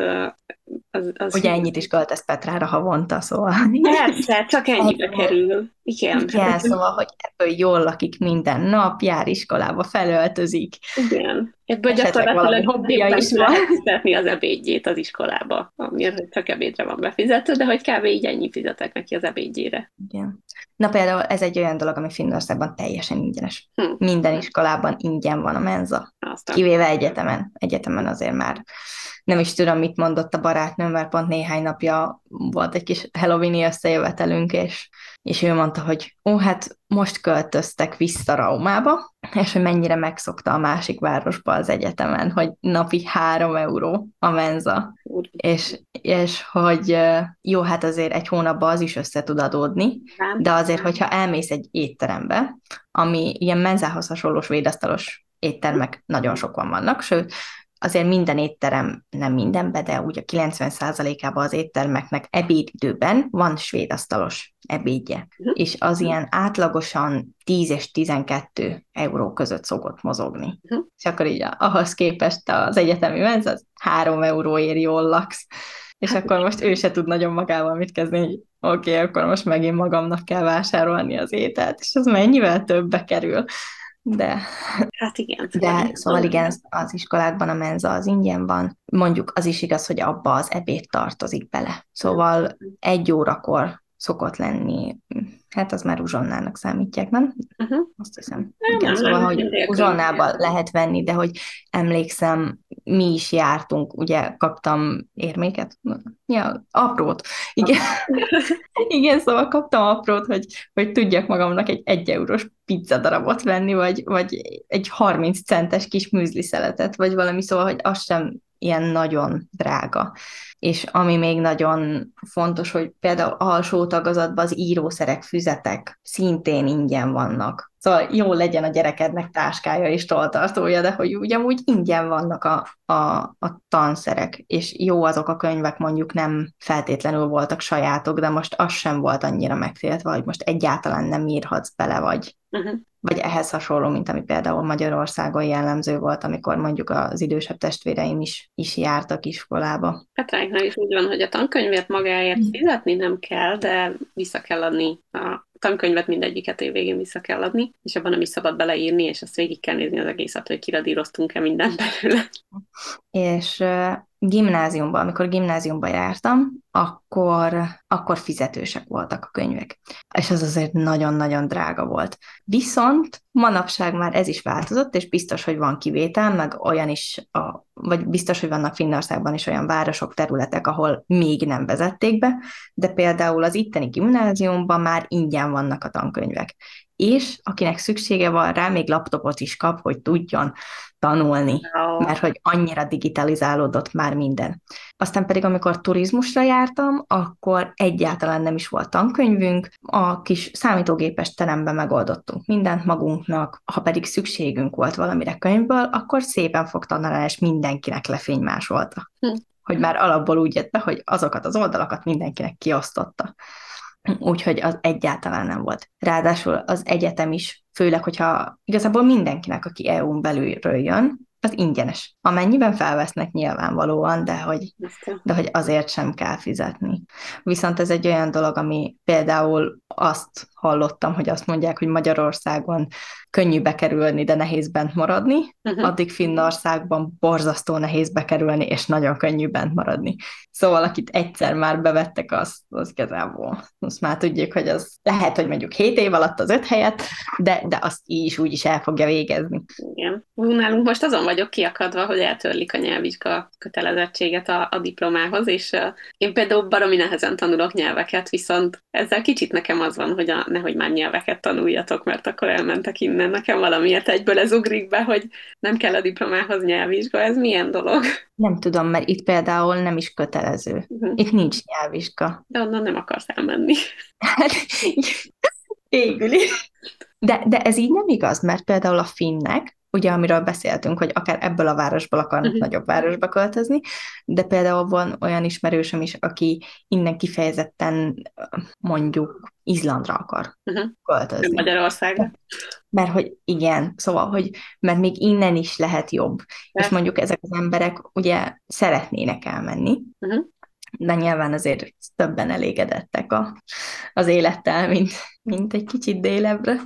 az, az Ugye ennyit is költesz Petrára havonta, szóval... Persze, csak ennyibe kerül. Igen. Igen, szóval, hogy ebből jól lakik minden nap, jár iskolába, felöltözik. Igen. Ebből gyakorlatilag hobbija is lehet fizetni az ebédjét az iskolába, amiért csak ebédre van befizető, de hogy kb. Így ennyi fizetek neki az ebédjére. Igen. Na például ez egy olyan dolog, ami Finnországban teljesen ingyenes. Hm. Minden iskolában ingyen van a menza. Aztán. Kivéve egyetemen. Egyetemen azért már nem is tudom, mit mondott a barátnőm, mert pont néhány napja volt egy kis Halloween-i összejövetelünk, és, és ő mondta, hogy ó, hát most költöztek vissza Raumába, és hogy mennyire megszokta a másik városba az egyetemen, hogy napi három euró a menza, és, és hogy jó, hát azért egy hónapban az is össze tud adódni, de azért, hogyha elmész egy étterembe, ami ilyen menzához hasonló svédasztalos éttermek nagyon sokan vannak, sőt, azért minden étterem, nem mindenben, de úgy a kilencven százalékában az éttermeknek ebédidőben van svédasztalos ebédje, uh-huh. és az ilyen átlagosan tíz és tizenkettő euró között szokott mozogni. Uh-huh. És akkor így ahhoz képest az egyetemi menz az három euróért jól laksz, és akkor most ő se tud nagyon magával mit kezdeni, hogy oké, okay, akkor most megint magamnak kell vásárolni az ételt, és az mennyivel többbe kerül. De, hát igen. de szóval igen, az iskolákban a menza az ingyen van. Mondjuk az is igaz, hogy abba az ebéd tartozik bele. Szóval egy órakor szokott lenni, hát az már uzsonnának számítják, nem? Uh-huh. Azt hiszem. Igen, nem, szóval, nem, hogy uzsonnában lehet venni, de hogy emlékszem, mi is jártunk, ugye kaptam érméket, ja, aprót. Igen, igen, szóval kaptam aprót, hogy, hogy tudjak magamnak egy egy eurós pizzadarabot venni, vagy, vagy egy harminc centes kis műzli szeletet, vagy valami, szóval, hogy az sem ilyen nagyon drága. És ami még nagyon fontos, hogy például alsó tagozatban az írószerek, füzetek szintén ingyen vannak. Szóval jó legyen a gyerekednek táskája és tolltartója, de hogy ugyanúgy ingyen vannak a, a, a tanszerek, és jó azok a könyvek mondjuk nem feltétlenül voltak sajátok, de most az sem volt annyira megtiltva, hogy most egyáltalán nem írhatsz bele, vagy, uh-huh. Vagy ehhez hasonló, mint ami például Magyarországon jellemző volt, amikor mondjuk az idősebb testvéreim is, is jártak iskolába. Hát ráknál is úgy van, hogy a tankönyvet magáért fizetni nem kell, de vissza kell adni a tankönyvet, mindegyiket évvégén vissza kell adni, és abban nem is szabad beleírni, és azt végig kell nézni az egészet, hogy kiradíroztunk-e mindent belőle. És uh, gimnáziumban, amikor gimnáziumban jártam, akkor, akkor fizetősek voltak a könyvek. És az azért nagyon-nagyon drága volt. Viszont manapság már ez is változott, és biztos, hogy van kivétel, meg olyan is, a, vagy biztos, hogy vannak Finnországban is olyan városok, területek, ahol még nem vezették be, de például az itteni gimnáziumban már ingyen vannak a tankönyvek. És akinek szüksége van rá, még laptopot is kap, hogy tudjon tanulni, Oh. mert hogy annyira digitalizálódott már minden. Aztán pedig, amikor turizmusra jártam, akkor egyáltalán nem is volt tankönyvünk, a kis számítógépes teremben megoldottunk mindent magunknak, ha pedig szükségünk volt valamire könyvből, akkor szépen fogta a és mindenkinek lefénymásolta. Hm. Hogy már alapból úgy jött be, hogy azokat az oldalakat mindenkinek kiosztotta. Úgyhogy az egyáltalán nem volt. Ráadásul az egyetem is, főleg, hogyha igazából mindenkinek, aki é u-n belülről jön, az ingyenes. Amennyiben felvesznek nyilvánvalóan, de hogy, de hogy azért sem kell fizetni. Viszont ez egy olyan dolog, ami például azt hallottam, hogy azt mondják, hogy Magyarországon könnyű bekerülni, de nehéz bent maradni, uh-huh. addig Finnországban borzasztó nehéz bekerülni, és nagyon könnyű bent maradni. Szóval akit egyszer már bevettek, az, az igazából. Azt már tudjuk, hogy az lehet, hogy mondjuk hét év alatt az öt helyet, de, de azt így is úgy is el fogja végezni. Igen. Nálunk most azon vagyok kiakadva, hogy eltörlik a nyelvvizsga kötelezettséget a, a diplomához, és uh, én például baromi nehezen tanulok nyelveket, viszont ezzel kicsit nekem az van, hogy a, nehogy már nyelveket tanuljatok, mert akkor elmentek innen. Nekem valamiért egyből ez ugrik be, hogy nem kell a diplomához nyelvvizsga. Ez milyen dolog? Nem tudom, mert itt például nem is kötelező. Uh-huh. Itt nincs nyelvvizsga. De onnan nem akarsz elmenni. Hát, égüli. De, de ez így nem igaz, mert például a finnek, ugye, amiről beszéltünk, hogy akár ebből a városból akarnak uh-huh. nagyobb városba költözni, de például van olyan ismerősöm is, aki innen kifejezetten mondjuk Izlandra akar uh-huh. költözni. Magyarországra. Mert hogy igen, szóval, hogy mert még innen is lehet jobb. De. És mondjuk ezek az emberek ugye szeretnének elmenni, uh-huh. de nyilván azért többen elégedettek a, az élettel, mint, mint egy kicsit délebbre.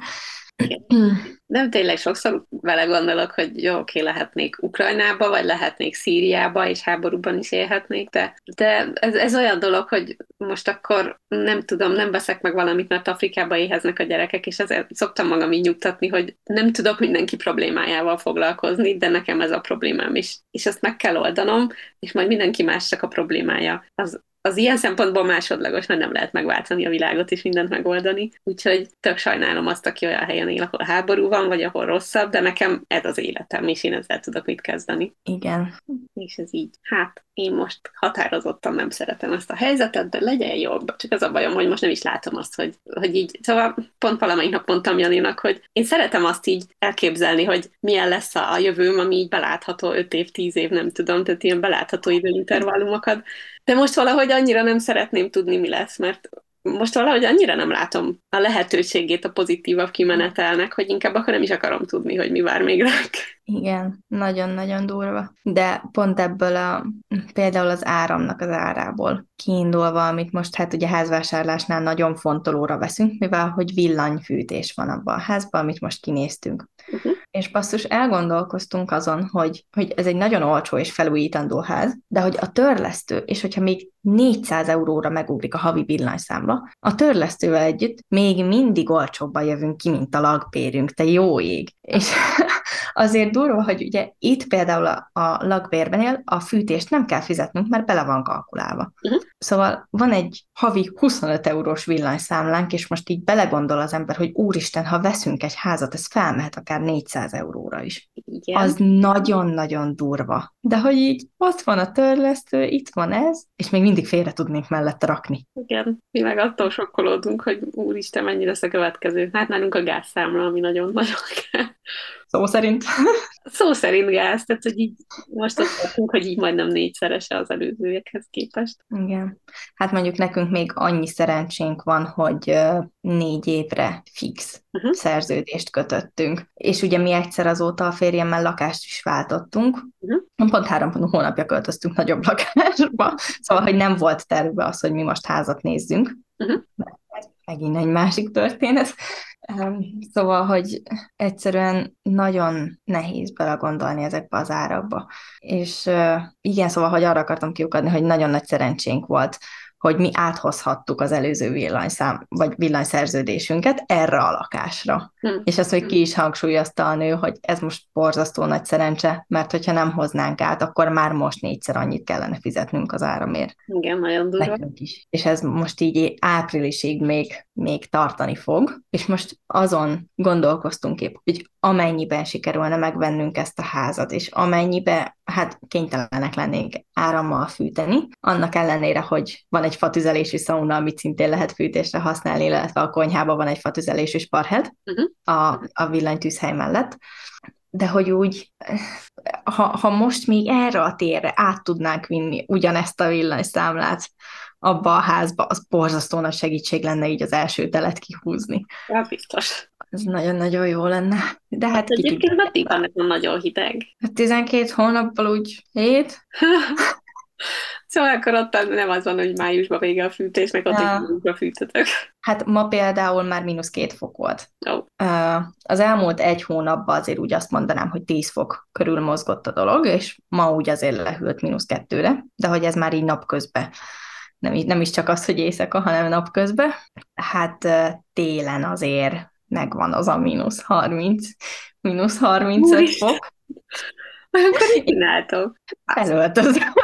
Nem, tényleg sokszor vele gondolok, hogy jó, oké, lehetnék Ukrajnába, vagy lehetnék Szíriába, és háborúban is élhetnék, de, de ez, ez olyan dolog, hogy most akkor nem tudom, nem veszek meg valamit, mert Afrikába éheznek a gyerekek, és ezért szoktam magam így nyugtatni, hogy nem tudok mindenki problémájával foglalkozni, de nekem ez a problémám is, és ezt meg kell oldanom, és majd mindenki más csak a problémája. Az, az ilyen szempontból másodlagos, mert nem lehet megváltani a világot és mindent megoldani. Úgyhogy tök sajnálom azt, aki olyan helyen él, ahol háború van, vagy ahol rosszabb, de nekem ez az életem, és én ezzel tudok mit kezdeni. Igen. És ez így. Hát, én most határozottan nem szeretem ezt a helyzetet, de legyen jobb. Csak az a bajom, hogy most nem is látom azt, hogy, hogy így. Szóval pont valamelyik nap mondtam Janinak, hogy én szeretem azt így elképzelni, hogy milyen lesz a jövőm, ami így belátható öt év, tíz év, nem tudom, tehát ilyen belátható időintervallumokat. De most valahogy annyira nem szeretném tudni, mi lesz, mert most valahogy annyira nem látom a lehetőségét a pozitívabb kimenetelnek, hogy inkább akkor nem is akarom tudni, hogy mi vár még ránk. Igen, nagyon-nagyon durva. De pont ebből a, például az áramnak az árából kiindulva, amit most hát ugye házvásárlásnál nagyon fontolóra veszünk, mivel hogy villanyfűtés van abban a házban, amit most kinéztünk. Uh-huh. És basszus, elgondolkoztunk azon, hogy, hogy ez egy nagyon olcsó és felújítandó ház, de hogy a törlesztő, és hogyha még négyszáz euróra megugrik a havi villanyszámla, a törlesztővel együtt még mindig olcsóbban jövünk ki, mint a lakbérünk, te jó ég. És azért durva, hogy ugye itt például a, a lakbérbenél a fűtést nem kell fizetnünk, mert bele van kalkulálva. Uh-huh. Szóval van egy havi huszonöt eurós villanyszámlánk, és most így belegondol az ember, hogy úristen, ha veszünk egy házat, ez felmehet akár négyszáz euróra is. Igen. Az nagyon-nagyon durva. De hogy így ott van a törlesztő, itt van ez, és még mindig félre tudnék mellette rakni. Igen, mi meg attól sokkolódunk, hogy úristen, mennyi lesz a következő. Hát nálunk a gázszámla, ami nagyon-nagyon kell. Szó szerint. Szó szerint gáz, tehát hogy így most ott tartunk, hogy így majdnem négyszerese az előzőekhez képest. Igen. Hát mondjuk nekünk még annyi szerencsénk van, hogy ö, négy évre fix Uh-huh. szerződést kötöttünk. És ugye mi egyszer azóta a férjemmel lakást is váltottunk. Uh-huh. Pont három hónapja költöztünk nagyobb lakásba. Szóval, hogy nem volt tervbe az, hogy mi most házat nézzünk. Uh-huh. Ez megint egy másik történet. Szóval, hogy egyszerűen nagyon nehéz belegondolni ezekbe az árakba. És igen, szóval, hogy arra akartam kiukadni, hogy nagyon nagy szerencsénk volt, hogy mi áthozhattuk az előző villanyszám, vagy villanyszerződésünket erre a lakásra. Hmm. És azt, hogy ki is hangsúlyozta a nő, hogy ez most borzasztó nagy szerencse, mert hogyha nem hoznánk át, akkor már most négyszer annyit kellene fizetnünk az áramért. Igen, nagyon durva. Nekünk is. És ez most így áprilisig még, még tartani fog, és most azon gondolkoztunk épp, hogy amennyiben sikerülne megvennünk ezt a házat, és amennyiben hát kénytelenek lennénk árammal fűteni, annak ellenére, hogy van egy fatüzelésű szauna, amit szintén lehet fűtésre használni, illetve a konyhában van egy fatüzelésű sparhead Uh-huh. a, a villanytűzhely mellett, de hogy úgy, ha, ha most még erre a térre át tudnánk vinni ugyanezt a villanyszámlát abba a házba, az borzasztó nagy segítség lenne így az első telet kihúzni. Ja, biztos. Ez nagyon-nagyon jó lenne. De hát Hát ki egyébként tudja. meddig van nekem nagyon hideg. tizenkét hónappal úgy hét. Szóval akkor ott nem az van, hogy májusban vége a fűtés, meg ott Ja. júniusban fűtötök. Hát ma például már mínusz két fok volt. Ó. Ö, Az elmúlt egy hónapban azért úgy azt mondanám, hogy tíz fok körül mozgott a dolog, és ma úgy azért lehűlt mínusz kettőre, de hogy ez már így napközben. Nem, így- nem is csak az, hogy éjszaka, hanem napközben. Hát ö, télen azért megvan az a mínusz harminc, mínusz harmincöt Úristen. fok. Akkor mit csináltok? Felöltözöm.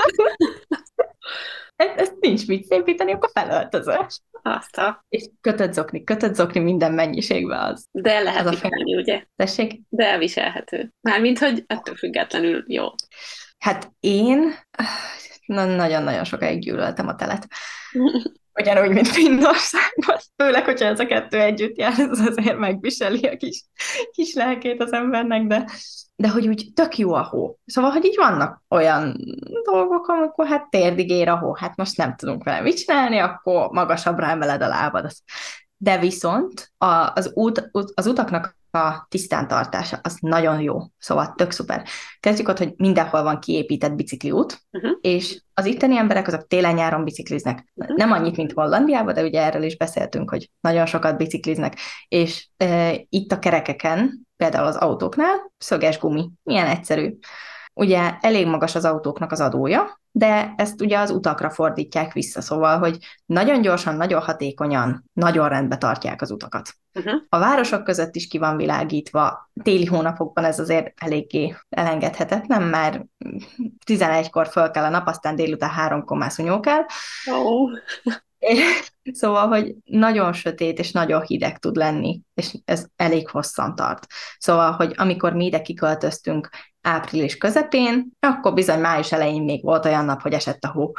Ez, ez nincs mit szépíteni, akkor felöltözöm. Azt a... És kötött zokni, kötött zokni minden mennyiségben az. De lehet Az a viselni, ugye? Tessék? De elviselhető. Mármint, hogy ettől függetlenül jó. Hát én na- nagyon-nagyon sokáig gyűlöltem a telet. Ugyanúgy, mint Finnországban. Főleg, hogyha ez a kettő együtt jár, ez azért megviseli a kis, kis lelkét az embernek, de, de hogy úgy tök jó a hó. Szóval, hogy így vannak olyan dolgok, amikor hát térdig ér a hó, hát most nem tudunk vele mit csinálni, akkor magasabbra emeled a lábad. De viszont a, az, út, út, az utaknak a tisztántartása az nagyon jó, szóval tök szuper. Kezdjük ott, hogy mindenhol van kiépített bicikliút, Uh-huh. és az itteni emberek azok télen-nyáron bicikliznek. Uh-huh. Nem annyit, mint Hollandiában, de ugye erről is beszéltünk, hogy nagyon sokat bicikliznek, és e, itt a kerekeken, például az autóknál szöges gumi, milyen egyszerű. Ugye elég magas az autóknak az adója, de ezt ugye az utakra fordítják vissza, szóval, hogy nagyon gyorsan, nagyon hatékonyan, nagyon rendbe tartják az utakat. Uh-huh. A városok között is ki van világítva, téli hónapokban ez azért eléggé elengedhetetlen, mert tizenegykor föl kell a nap, aztán délután háromkor már szunyó kell. Ó. Szóval, hogy nagyon sötét és nagyon hideg tud lenni, és ez elég hosszan tart. Szóval, hogy amikor mi ide kiköltöztünk április közepén, akkor bizony május elején még volt olyan nap, hogy esett a hó.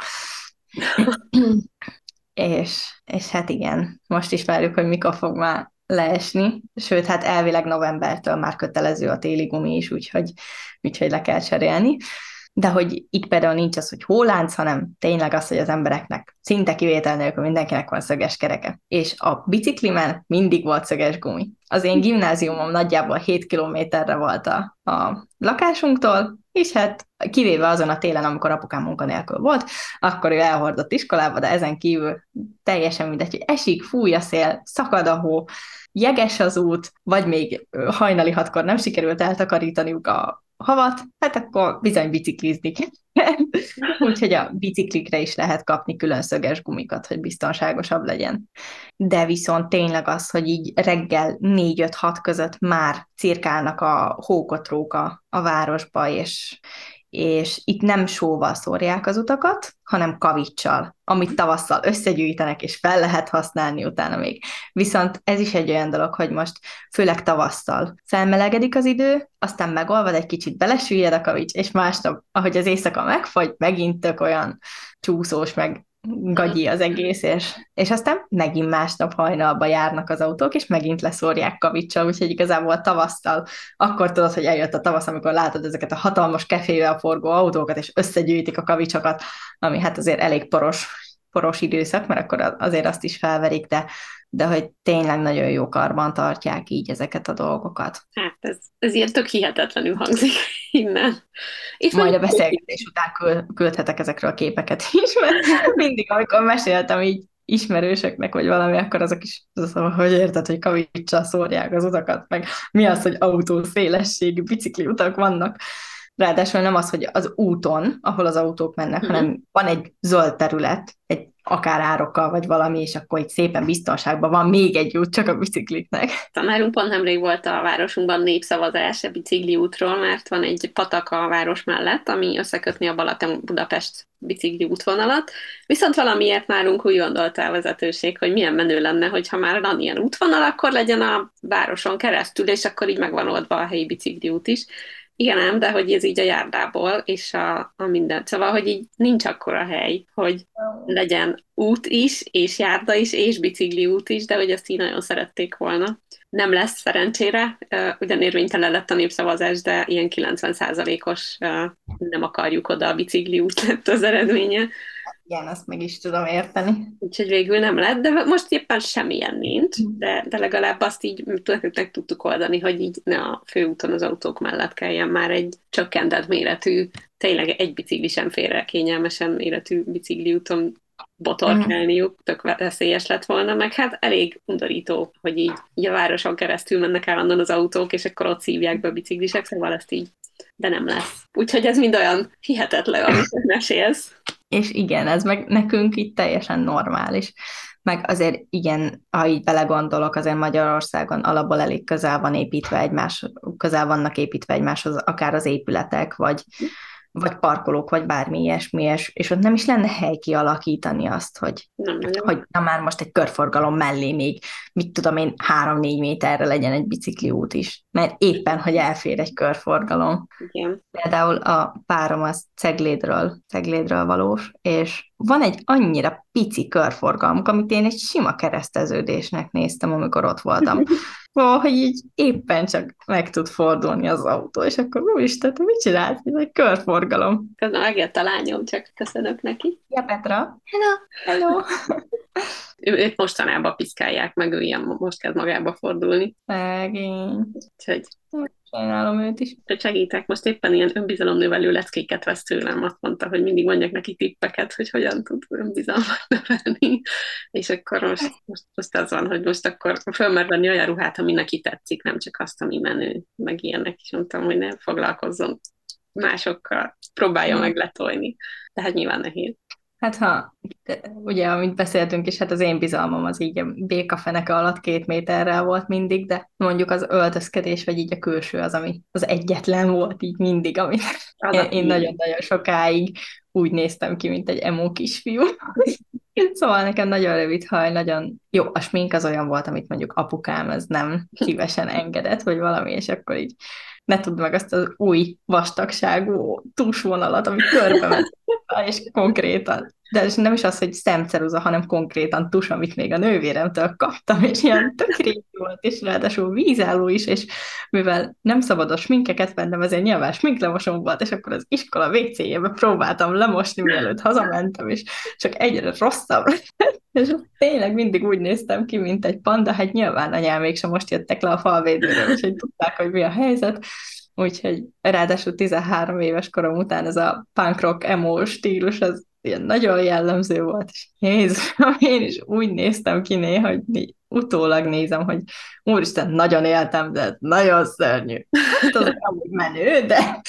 és, és hát igen, most is várjuk, hogy mikor fog már leesni, sőt, hát elvileg novembertől már kötelező a téli gumi is, úgyhogy, úgyhogy le kell cserélni. De hogy itt például nincs az, hogy hólánc, hanem tényleg az, hogy az embereknek szinte kivétel nélkül mindenkinek van szöges kereke. És a biciklimen mindig volt szöges gumi. Az én gimnáziumom nagyjából hét kilométerre volt a, a lakásunktól, és hát kivéve azon a télen, amikor apukám munkanélkül volt, akkor ő elhordott iskolába, de ezen kívül teljesen mindegy, hogy esik, fúj a szél, szakad a hó, jeges az út, vagy még hajnali hatkor nem sikerült eltakarítaniuk a havat, hát akkor bizony biciklizni kell. Úgyhogy a biciklikre is lehet kapni külön szöges gumikat, hogy biztonságosabb legyen. De viszont tényleg az, hogy így reggel négy öt hat között már cirkálnak a hókotrók a, a városba, és, és itt nem sóval szórják az utakat, hanem kavicsal, amit tavasszal összegyűjtenek, és fel lehet használni utána még. Viszont ez is egy olyan dolog, hogy most főleg tavasszal felmelegedik az idő, aztán megolvad, egy kicsit belesüllyed a kavics, és másnap, ahogy az éjszaka megfagy, megint tök olyan csúszós, meg gagyi az egész, és, és aztán megint másnap hajnalba járnak az autók, és megint leszórják kavicsal, úgyhogy igazából tavasztal, akkor tudod, hogy eljött a tavasz, amikor látod ezeket a hatalmas kefével forgó autókat, és összegyűjtik a kavicsokat, ami hát azért elég poros, poros időszak, mert akkor azért azt is felverik, de, de hogy tényleg nagyon jó karban tartják így ezeket a dolgokat. Hát ez, ez ilyen tök hihetetlenül hangzik innen. És majd a beszélgetés után küld, küldhetek ezekről a képeket is, mert mindig, amikor meséltem így ismerősöknek, vagy valami, akkor azok is, szóval, hogy érted, hogy kavicsal szórják az utakat, meg mi az, hogy autó szélességű bicikli utak vannak. Ráadásul nem az, hogy az úton, ahol az autók mennek, uh-huh. hanem van egy zöld terület, egy akár árokkal, vagy valami, és akkor itt szépen biztonságban van még egy út csak a bicikliknek. Nálunk pont nemrég volt a városunkban népszavazás a bicikli útról, mert van egy patak a város mellett, ami összekötni a Balaton-Budapest bicikli útvonalat. Viszont valamiért nálunk úgy gondolta a vezetőség, hogy milyen menő lenne, hogyha már van ilyen útvonal, akkor legyen a városon keresztül, és akkor így megvan oldva a helyi bicikli út is. Igen ám, de hogy ez így a járdából, és a, a minden. Szóval, hogy így nincs akkora hely, hogy legyen út is, és járda is, és bicikli út is, de hogy ezt így nagyon szerették volna. Nem lesz szerencsére, ugyan érvénytelen lett a népszavazás, de ilyen kilencven százalékos nem akarjuk oda a bicikli út lett az eredménye. Igen, azt meg is tudom érteni. Úgyhogy végül nem lett, de most éppen semmilyen nincs, de, de legalább azt így meg tudtuk oldani, hogy így ne a főúton az autók mellett kelljen már egy csökkentett méretű, tényleg egy bicikli sem félre kényelmesen méretű bicikli úton botorkálniuk, tök veszélyes lett volna, meg hát elég undorító, hogy így, így a városon keresztül mennek állandóan az autók, és akkor ott szívják be a biciklisek, szóval ezt így, de nem lesz. Úgyhogy ez mind olyan hihetetlen, amit mesélsz. És igen, ez meg nekünk itt teljesen normális. Meg azért igen, ha így belegondolok, azért Magyarországon alapból elég közel van építve egymás, közel vannak építve egymáshoz akár az épületek, vagy, vagy parkolók, vagy bármi ilyesmi, és, és ott nem is lenne hely kialakítani azt, hogy, hogy na már most egy körforgalom mellé még, mit tudom én, három-négy méterre legyen egy bicikliút is, mert éppen, hogy elfér egy körforgalom. Igen. Például a párom az Ceglédről, Ceglédről valós, és van egy annyira pici körforgalmuk, amit én egy sima kereszteződésnek néztem, amikor ott voltam. Hogy így éppen csak meg tud fordulni az autó, és akkor úristen, te mit csinálsz? Ez egy körforgalom. Közben megjött a lányom, csak köszönök neki. Ja, Petra. Hello. Hello. ő, őt mostanában piszkálják, meg ő ilyen most kezd magába fordulni. Megint. Úgyhogy sajnálom őt is. Hogy segítek, most éppen ilyen önbizalomnövelő leckéket vesz tőlem, azt mondta, hogy mindig mondjak neki tippeket, hogy hogyan tud önbizalmat növelni, és akkor most, most, most az van, hogy most akkor fölmer venni olyan ruhát, ami neki tetszik, nem csak azt, ami menő, meg ilyenek, és mondtam, hogy ne foglalkozzon másokkal, próbálja meg letolni, de hát nyilván nehéz. Hát ha, ugye, amit beszéltünk is, hát az én bizalmam az így a békafeneke alatt két méterrel volt mindig, de mondjuk az öltözkedés, vagy így a külső az, ami az egyetlen volt így mindig, amit én, én nagyon-nagyon sokáig úgy néztem ki, mint egy emo kisfiú. Szóval nekem nagyon rövid haj, nagyon jó, a smink az olyan volt, amit mondjuk apukám ez nem szívesen engedett, vagy valami, és akkor így ne tudd meg azt az új vastagságú túsvonalat, amit körbe ment, és konkrétan. De nem is az, hogy szemceruza, hanem konkrétan tus, amit még a nővéremtől kaptam, és ilyen tök régi volt, és ráadásul vízálló is, és mivel nem szabad a sminkeket vennem, ezért nyilván sminklemosom volt, és akkor az iskola vécéjébe próbáltam lemosni, mielőtt hazamentem, és csak egyre rosszabb lett, és tényleg mindig úgy néztem ki, mint egy panda, hát nyilván anyám mégsem most jöttek le a falvédőről, úgyhogy tudták, hogy mi a helyzet. Úgyhogy ráadásul tizenhárom éves korom után ez a punk rock emo stílus, az ilyen nagyon jellemző volt, és Jézusom, én is úgy néztem ki néha, hogy né- utólag nézem, hogy úristen, nagyon éltem, de nagyon szörnyű. Hát az amúgy menő, de...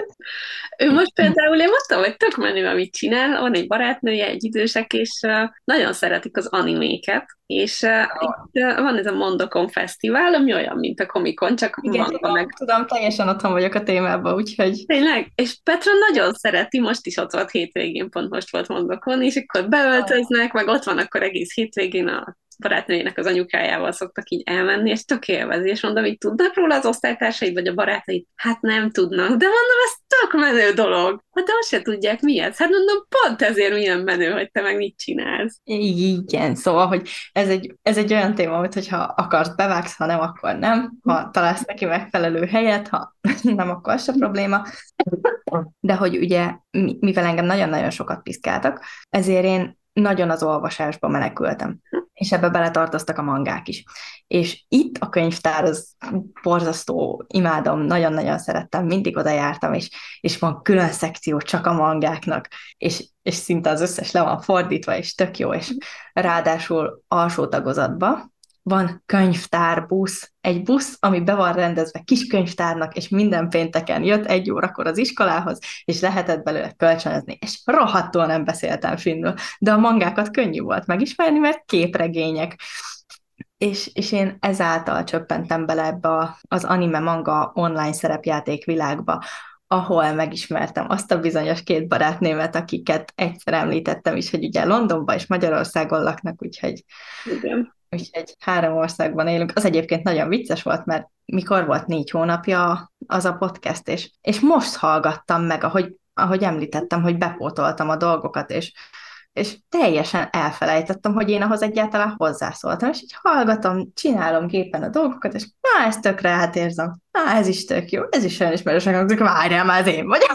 Ő most például, én mondtam, hogy tök menő, amit csinál, van egy barátnője, egy idősek, és uh, nagyon szeretik az animéket, és uh, itt uh, van ez a Mondokon Fesztivál, ami olyan, mint a Comic-Con, csak igen, tudom, meg... tudom, teljesen otthon vagyok a témában, úgyhogy... Tényleg? És Petra nagyon szereti, most is ott volt hétvégén, pont most volt Mondokon, és akkor beöltöznek, meg ott van akkor egész hétvégén a barátnőjének az anyukájával szoktak így elmenni, és tök élvezi, és mondom, hogy tudnak róla az osztálytársaid, vagy a barátaid? Hát nem tudnak, de mondom, ez tök menő dolog. Hát de azt se tudják, mi ez. Hát mondom, pont ezért milyen menő, hogy te meg mit csinálsz. Igen, szóval, hogy ez egy, ez egy olyan téma, hogy hogyha akarsz, bevágsz, ha nem, akkor nem. Ha találsz neki megfelelő helyet, ha nem, akkor az sem probléma. De hogy ugye, mivel engem nagyon-nagyon sokat piszkáltak, ezért én nagyon az olvasásba menekültem. És ebbe beletartoztak a mangák is. És itt a könyvtár az borzasztó, imádom, nagyon-nagyon szerettem, mindig oda jártam, és, és van külön szekció csak a mangáknak, és, és szinte az összes le van fordítva, és tök jó, és ráadásul alsó tagozatban van könyvtárbusz, egy busz, ami be van rendezve kis könyvtárnak, és minden pénteken jött egy órakor az iskolához, és lehetett belőle kölcsönözni, és rohadtul nem beszéltem finnül, de a mangákat könnyű volt megismerni, mert képregények. És, és én ezáltal csöppentem bele ebbe a, az anime manga online szerepjáték világba, ahol megismertem azt a bizonyos két barátnémet, akiket egyszer említettem is, hogy ugye Londonban és Magyarországon laknak, úgyhogy... Igen. Úgyhogy három országban élünk. Az egyébként nagyon vicces volt, mert mikor volt négy hónapja az a podcast, és, és most hallgattam meg, ahogy, ahogy említettem, hogy bepótoltam a dolgokat, és, és teljesen elfelejtettem, hogy én ahhoz egyáltalán hozzászóltam, és így hallgatom, csinálom gépen a dolgokat, és na, ezt tökre átérzem. Na, ez is tök jó, ez is olyan ismerősen hangzik, várjál, már ez én vagyok.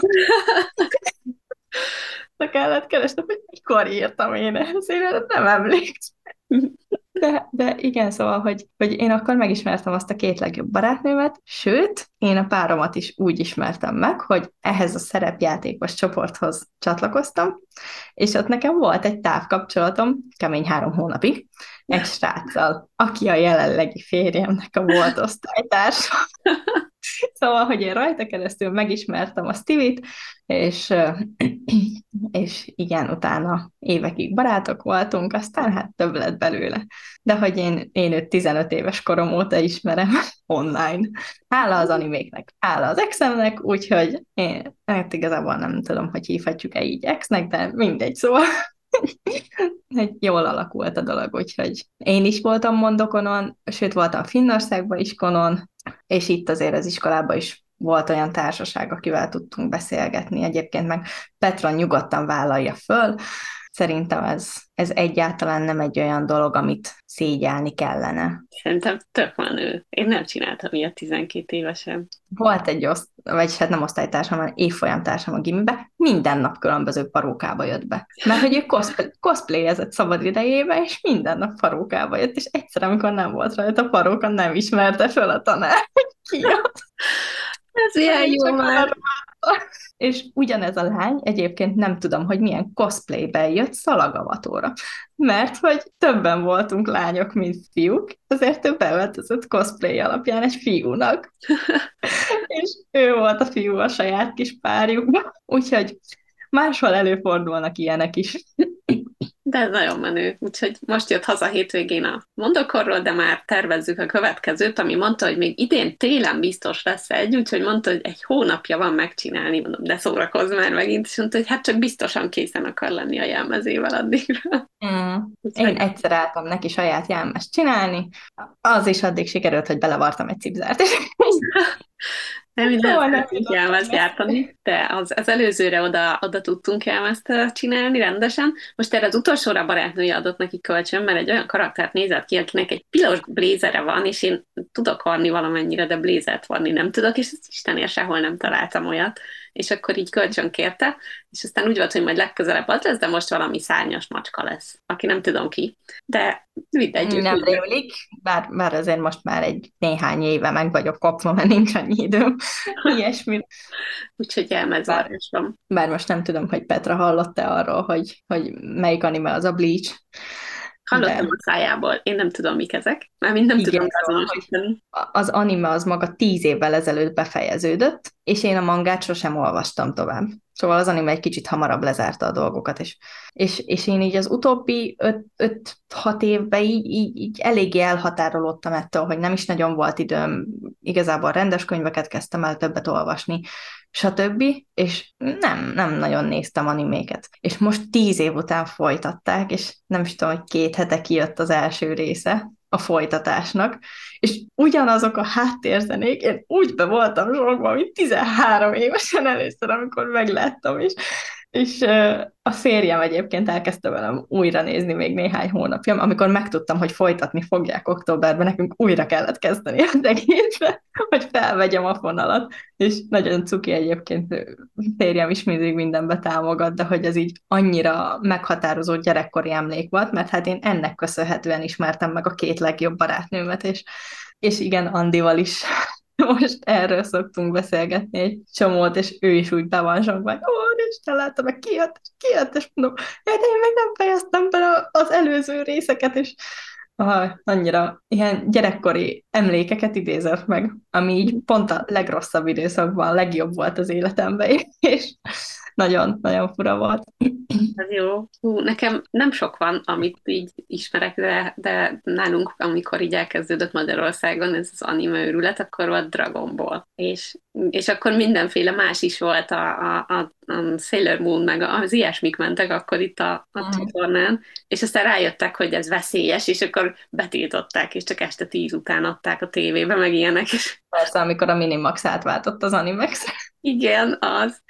De kellett keresnem, hogy mikor írtam én ehhez, én nem emlékszem. De, de igen, szóval, hogy, hogy én akkor megismertem azt a két legjobb barátnőmet, sőt, én a páromat is úgy ismertem meg, hogy ehhez a szerepjátékos csoporthoz csatlakoztam, és ott nekem volt egy távkapcsolatom, kemény három hónapig, egy sráccal, aki a jelenlegi férjemnek a volt osztálytársa. Szóval, hogy én rajta keresztül megismertem a Stevie-t, és, és igen, utána évekig barátok voltunk, aztán hát több lett belőle. De hogy én, én őt tizenöt éves korom óta ismerem online. Hála az animéknek, hála az exemnek, úgyhogy én hát igazából nem tudom, hogy hívhatjuk-e így exnek, de mindegy, szóval hogy jól alakult a dolog, úgyhogy én is voltam mondokonon, sőt voltam Finnországban is konon, és itt azért az iskolában is volt olyan társaság, akivel tudtunk beszélgetni. Egyébként meg Petra nyugodtan vállalja föl. Szerintem ez, ez egyáltalán nem egy olyan dolog, amit szégyelni kellene. Szerintem tök menő. Én nem csináltam ilyet tizenkét évesen. Volt egy oszt, vagy hát nem osztálytársam, hanem évfolyamtársam a gimibe, minden nap különböző parókába jött be. Mert hogy ő cosplay, cosplayezett szabad idejébe, és minden nap parókába jött, és egyszer, amikor nem volt rajta a paróka, nem ismerte föl a tanár, hogy ki az. Ez ilyen jó már. És ugyanez a lány, egyébként nem tudom, hogy milyen cosplayben jött szalagavatóra. Mert hogy többen voltunk lányok, mint fiúk, ezért ő beöltözött cosplay alapján egy fiúnak. És ő volt a fiú a saját kis párjukban. Úgyhogy máshol előfordulnak ilyenek is. De ez nagyon menő. Úgyhogy most jött haza hétvégén a mondokorról, de már tervezzük a következőt, ami mondta, hogy még idén télen biztos lesz egy, úgyhogy mondta, hogy egy hónapja van megcsinálni, mondom, de szórakozz már megint, és mondta, hogy hát csak biztosan készen akar lenni a jelmezével addigra. Mm. Én egyszer álltam neki saját jelmezt csinálni, az is addig sikerült, hogy belevartam egy cipzárt. Nem minden jelmezt gyártani, de az, az előzőre oda, oda tudtunk jelmezt csinálni rendesen. Most erre az utolsóra barátnője adott neki kölcsön, mert egy olyan karaktert nézett ki, akinek egy piros blézere van, és én tudok varni valamennyire, de blézert varni nem tudok, és Istenért sehol nem találtam olyat. És akkor így kölcsön kérte, és aztán úgy volt, hogy majd legközelebb az lesz, de most valami szárnyas macska lesz, aki nem tudom ki, de mindegy. Nem rémlik, bár, bár azért most már egy néhány éve meg vagyok kapva, mert nincs annyi időm, ilyesmi. Úgyhogy elmezárás van. Bár most nem tudom, hogy Petra hallott-e arról, hogy, hogy melyik anime az a Bleach. Hallottam de... a szájából, én nem tudom, mik ezek. Mármint nem igen, tudom azonosítani. Az anime az maga tíz évvel ezelőtt befejeződött, és én a mangát sosem olvastam tovább. Szóval az anime egy kicsit hamarabb lezárta a dolgokat, és, és, és én így az utóbbi öt-hat évben így, így, így eléggé elhatárolódtam ettől, hogy nem is nagyon volt időm, igazából rendes könyveket kezdtem el többet olvasni, stb. És nem, nem nagyon néztem animéket. És most tíz év után folytatták, és nem is tudom, hogy két hete kijött az első része, a folytatásnak, és ugyanazok a háttérzenék, én úgy be voltam zsongva, mint tizenhárom évesen először, amikor megláttam, és, és a férjem egyébként elkezdte velem újra nézni még néhány hónapja, amikor megtudtam, hogy folytatni fogják októberben, nekünk újra kellett kezdeni az egészre, hogy felvegyem a fonalat, és nagyon cuki egyébként férjem is mindig mindenbe támogat, de hogy ez így annyira meghatározó gyerekkori emlék volt, mert hát én ennek köszönhetően ismertem meg a két legjobb barátnőmet, és, és igen, Andival is most erről szoktunk beszélgetni egy csomót, és ő is úgy be van zsongva, hogy ó, Isten, látta meg, kijött, és kijött, és mondom, hát én még nem fejeztem be az előző részeket, és ah, annyira ilyen gyerekkori emlékeket idézett meg, ami így pont a legrosszabb időszakban a legjobb volt az életemben, és nagyon-nagyon fura volt. Ez jó. Hú, nekem nem sok van, amit így ismerek, de, de nálunk, amikor így elkezdődött Magyarországon ez az anime őrület, akkor volt Dragon Ball. És, és akkor mindenféle más is volt, a, a, a, a Sailor Moon, meg az ilyesmik mentek akkor itt a, a csatornán, és aztán rájöttek, hogy ez veszélyes, és akkor betiltották, és csak este tíz után adták a tévébe, meg ilyenek. Persze, amikor a Minimax átváltott az Animax. Igen, az.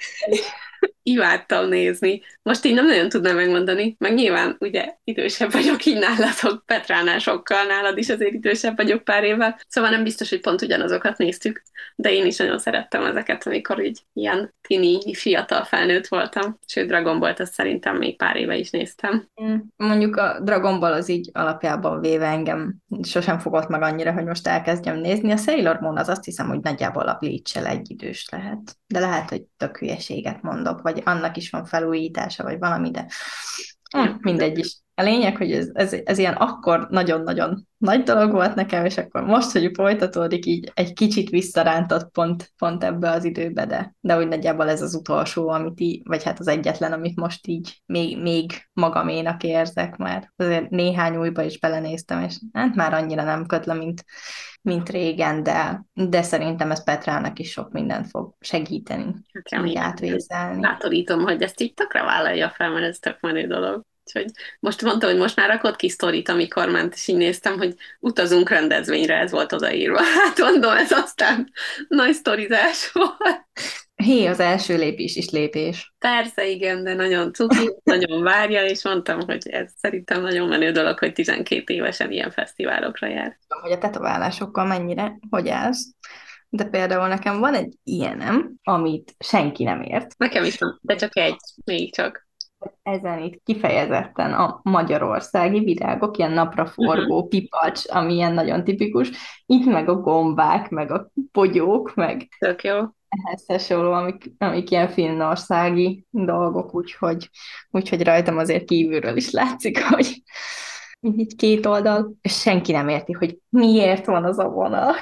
Imádtam nézni. Most így nem nagyon tudnám megmondani, meg nyilván ugye idősebb vagyok így nálatok, Petránál sokkal, nálad is azért idősebb vagyok pár évvel, szóval nem biztos, hogy pont ugyanazokat néztük, de én is nagyon szerettem ezeket, amikor így ilyen tini, fiatal felnőtt voltam, sőt Dragon Ballt azt szerintem még pár éve is néztem. Mondjuk a Dragon Ball az így alapjában véve engem sosem fogott meg annyira, hogy most elkezdjem nézni. A Sailor Moon az azt hiszem, hogy nagyjából a Bleach-el egyidős lehet, de lehet, hogy tök hülyeséget mondok, vagy annak is van felújítása, vagy valami, de hm, mindegy is. A lényeg, hogy ez, ez, ez ilyen akkor nagyon-nagyon nagy dolog volt nekem, és akkor most, hogy folytatódik, így egy kicsit visszarántott pont, pont ebbe az időbe, de, de úgy nagyjából ez az utolsó, amit így, vagy hát az egyetlen, amit most így még, még magaménak érzek, mert azért néhány újba is belenéztem, és hát már annyira nem kötle, mint, mint régen, de, de szerintem ez Petrának is sok mindent fog segíteni, hát, így átvészelni. Látorítom, hogy ezt így tökre vállalja fel, mert ez tök menő dolog. Úgyhogy most mondta, hogy most már rakott ki sztorit, amikor ment, és így néztem, hogy utazunk rendezvényre, ez volt odaírva. Hát mondom, ez aztán nagy sztorizás volt. Hé, az első lépés is lépés. Persze, igen, de nagyon cuki, nagyon várja, és mondtam, hogy ez szerintem nagyon menő dolog, hogy tizenkét évesen ilyen fesztiválokra jár. Hogy a tetoválásokkal mennyire, hogy állsz? De például nekem van egy ilyenem, amit senki nem ért. Nekem is van, de csak egy, még csak. Ezen itt kifejezetten a magyarországi virágok, ilyen napraforgó, uh-huh. pipacs, ami ilyen nagyon tipikus. Itt meg a gombák, meg a pogyók, meg tök jó. Ehhez hasonló, amik, amik ilyen finnországi dolgok, úgyhogy, úgyhogy rajtam azért kívülről is látszik, hogy így két oldal, és senki nem érti, hogy miért van az a vonal.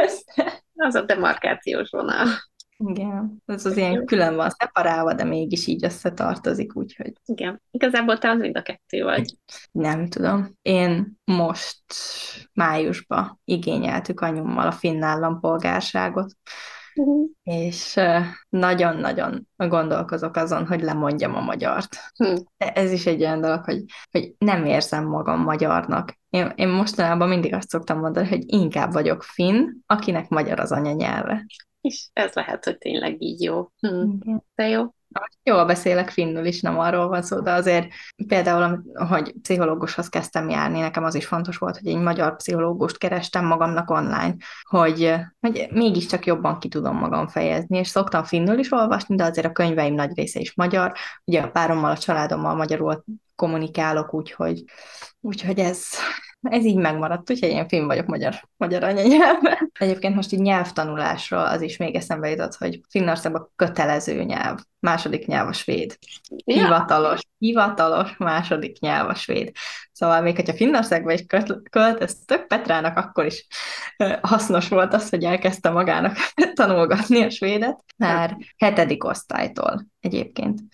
Az a demarkációs vonal. Igen, ez az ilyen külön van szeparálva, de mégis így összetartozik, úgyhogy... Igen, igazából te az mind a kettő vagy. Nem tudom. Én most májusban igényeltük anyummal a finn állampolgárságot, uh-huh. és nagyon-nagyon gondolkozok azon, hogy lemondjam a magyart. Uh-huh. De ez is egy olyan dolog, hogy, hogy nem érzem magam magyarnak. Én, én mostanában mindig azt szoktam mondani, hogy inkább vagyok finn, akinek magyar az anyanyelve. És ez lehet, hogy tényleg így jó. Hm. De jó. Jól beszélek finnül is, nem arról van szó, de azért például, hogy pszichológushoz kezdtem járni, nekem az is fontos volt, hogy egy magyar pszichológust kerestem magamnak online, hogy, hogy mégiscsak jobban ki tudom magam fejezni, és szoktam finnül is olvasni, de azért a könyveim nagy része is magyar, ugye a párommal, a családommal magyarul kommunikálok, úgyhogy, úgyhogy ez... Ez így megmaradt, úgyhogy én finn vagyok magyar, magyar anyanyelven. Egyébként most így nyelvtanulásról az is még eszembe jutott, hogy Finnországban kötelező nyelv, második nyelv a svéd. Hivatalos, hivatalos második nyelv a svéd. Szóval még hogyha Finnországba is költöztök, Petrának akkor is hasznos volt az, hogy elkezdte magának tanulgatni a svédet, már hetedik osztálytól egyébként.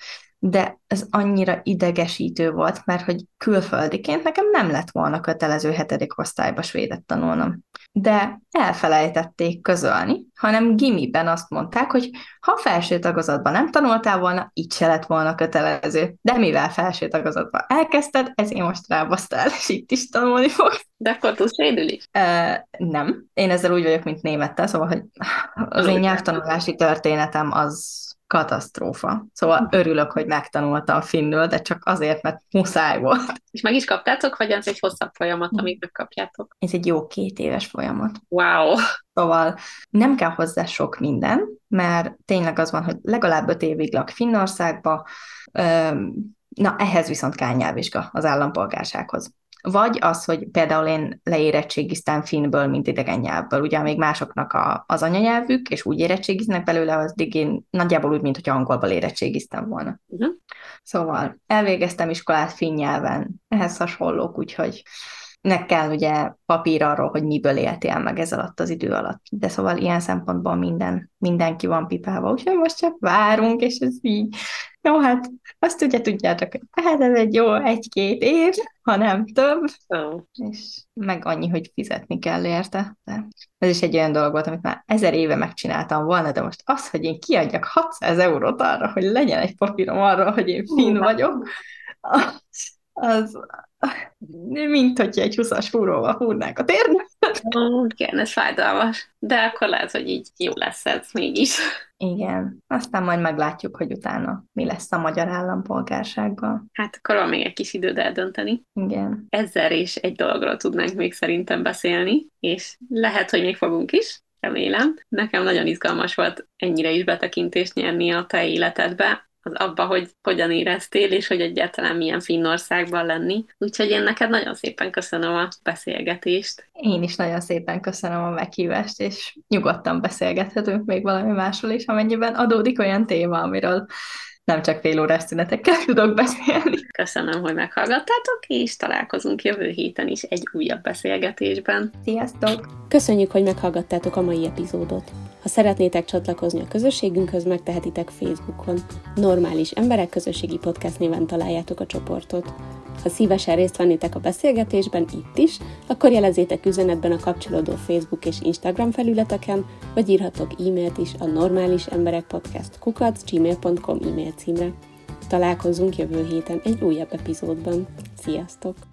de ez annyira idegesítő volt, mert hogy külföldiként nekem nem lett volna kötelező hetedik osztályba svédet tanulnom. De elfelejtették közölni, hanem gimiben azt mondták, hogy ha felső tagozatban nem tanultál volna, így se lett volna kötelező. De mivel felső tagozatban elkezdted, ezért most rábasztál, és itt is tanulni fogsz. De akkor tudsz svédül is? Uh, nem. Én ezzel úgy vagyok, mint némettel, szóval, hogy az én nyelvtanulási történetem az katasztrófa. Szóval örülök, hogy megtanultam finnül, de csak azért, mert muszáj volt. És meg is kaptátok, vagy ez egy hosszabb folyamat, amíg megkapjátok? Ez egy jó két éves folyamat. Wow! Szóval nem kell hozzá sok minden, mert tényleg az van, hogy legalább öt évig lak Finnországba, na ehhez viszont kell nyelvvizsga az állampolgársághoz. Vagy az, hogy például én leérettségiztem finnből, mint idegen nyelvből, ugye még másoknak a, az anyanyelvük, és úgy érettségiznek belőle, addig én nagyjából úgy, mint hogy angolból érettségiztem volna. Uh-huh. Szóval elvégeztem iskolát finn nyelven, ehhez hasonlók, úgyhogy nek kell ugye papír arról, hogy miből éltél meg ez alatt az idő alatt. De szóval ilyen szempontból minden, mindenki van pipálva, úgyhogy most csak várunk, és ez így. Jó, hát azt ugye tudjátok, hogy hát ez egy jó egy-két év, ha nem több, oh. És meg annyi, hogy fizetni kell érte. De ez is egy olyan dolog volt, amit már ezer éve megcsináltam volna, de most az, hogy én kiadjak hatszáz eurót arra, hogy legyen egy papírom arról, hogy én finn vagyok, az, az mint hogyha egy húszas fúróval fúrnák a térdet. Oh, igen, ez fájdalmas. De akkor lehet, hogy így jó lesz ez mégis. Igen. Aztán majd meglátjuk, hogy utána mi lesz a magyar állampolgársággal. Hát akkor van még egy kis időd eldönteni. Igen. Ezzel és egy dologról tudnánk még szerintem beszélni, és lehet, hogy még fogunk is. Remélem. Nekem nagyon izgalmas volt ennyire is betekintést nyerni a te életedbe, az abba, hogy hogyan éreztél, és hogy egyáltalán milyen Finnországban lenni. Úgyhogy én neked nagyon szépen köszönöm a beszélgetést. Én is nagyon szépen köszönöm a meghívást, és nyugodtan beszélgethetünk még valami másról is, amennyiben adódik olyan téma, amiről nem csak fél órás szünetekkel tudok beszélni. Köszönöm, hogy meghallgattátok, és találkozunk jövő héten is egy újabb beszélgetésben. Sziasztok! Köszönjük, hogy meghallgattátok a mai epizódot. Ha szeretnétek csatlakozni a közösségünkhöz, megtehetitek Facebookon. Normális Emberek Közösségi Podcast néven találjátok a csoportot. Ha szívesen részt vennétek a beszélgetésben itt is, akkor jelezzétek üzenetben a kapcsolódó Facebook és Instagram felületeken, vagy írhatok e-mailt is a normálisemberekpodcast kukac gmail pont com e-mail címre. Találkozunk jövő héten egy újabb epizódban. Sziasztok!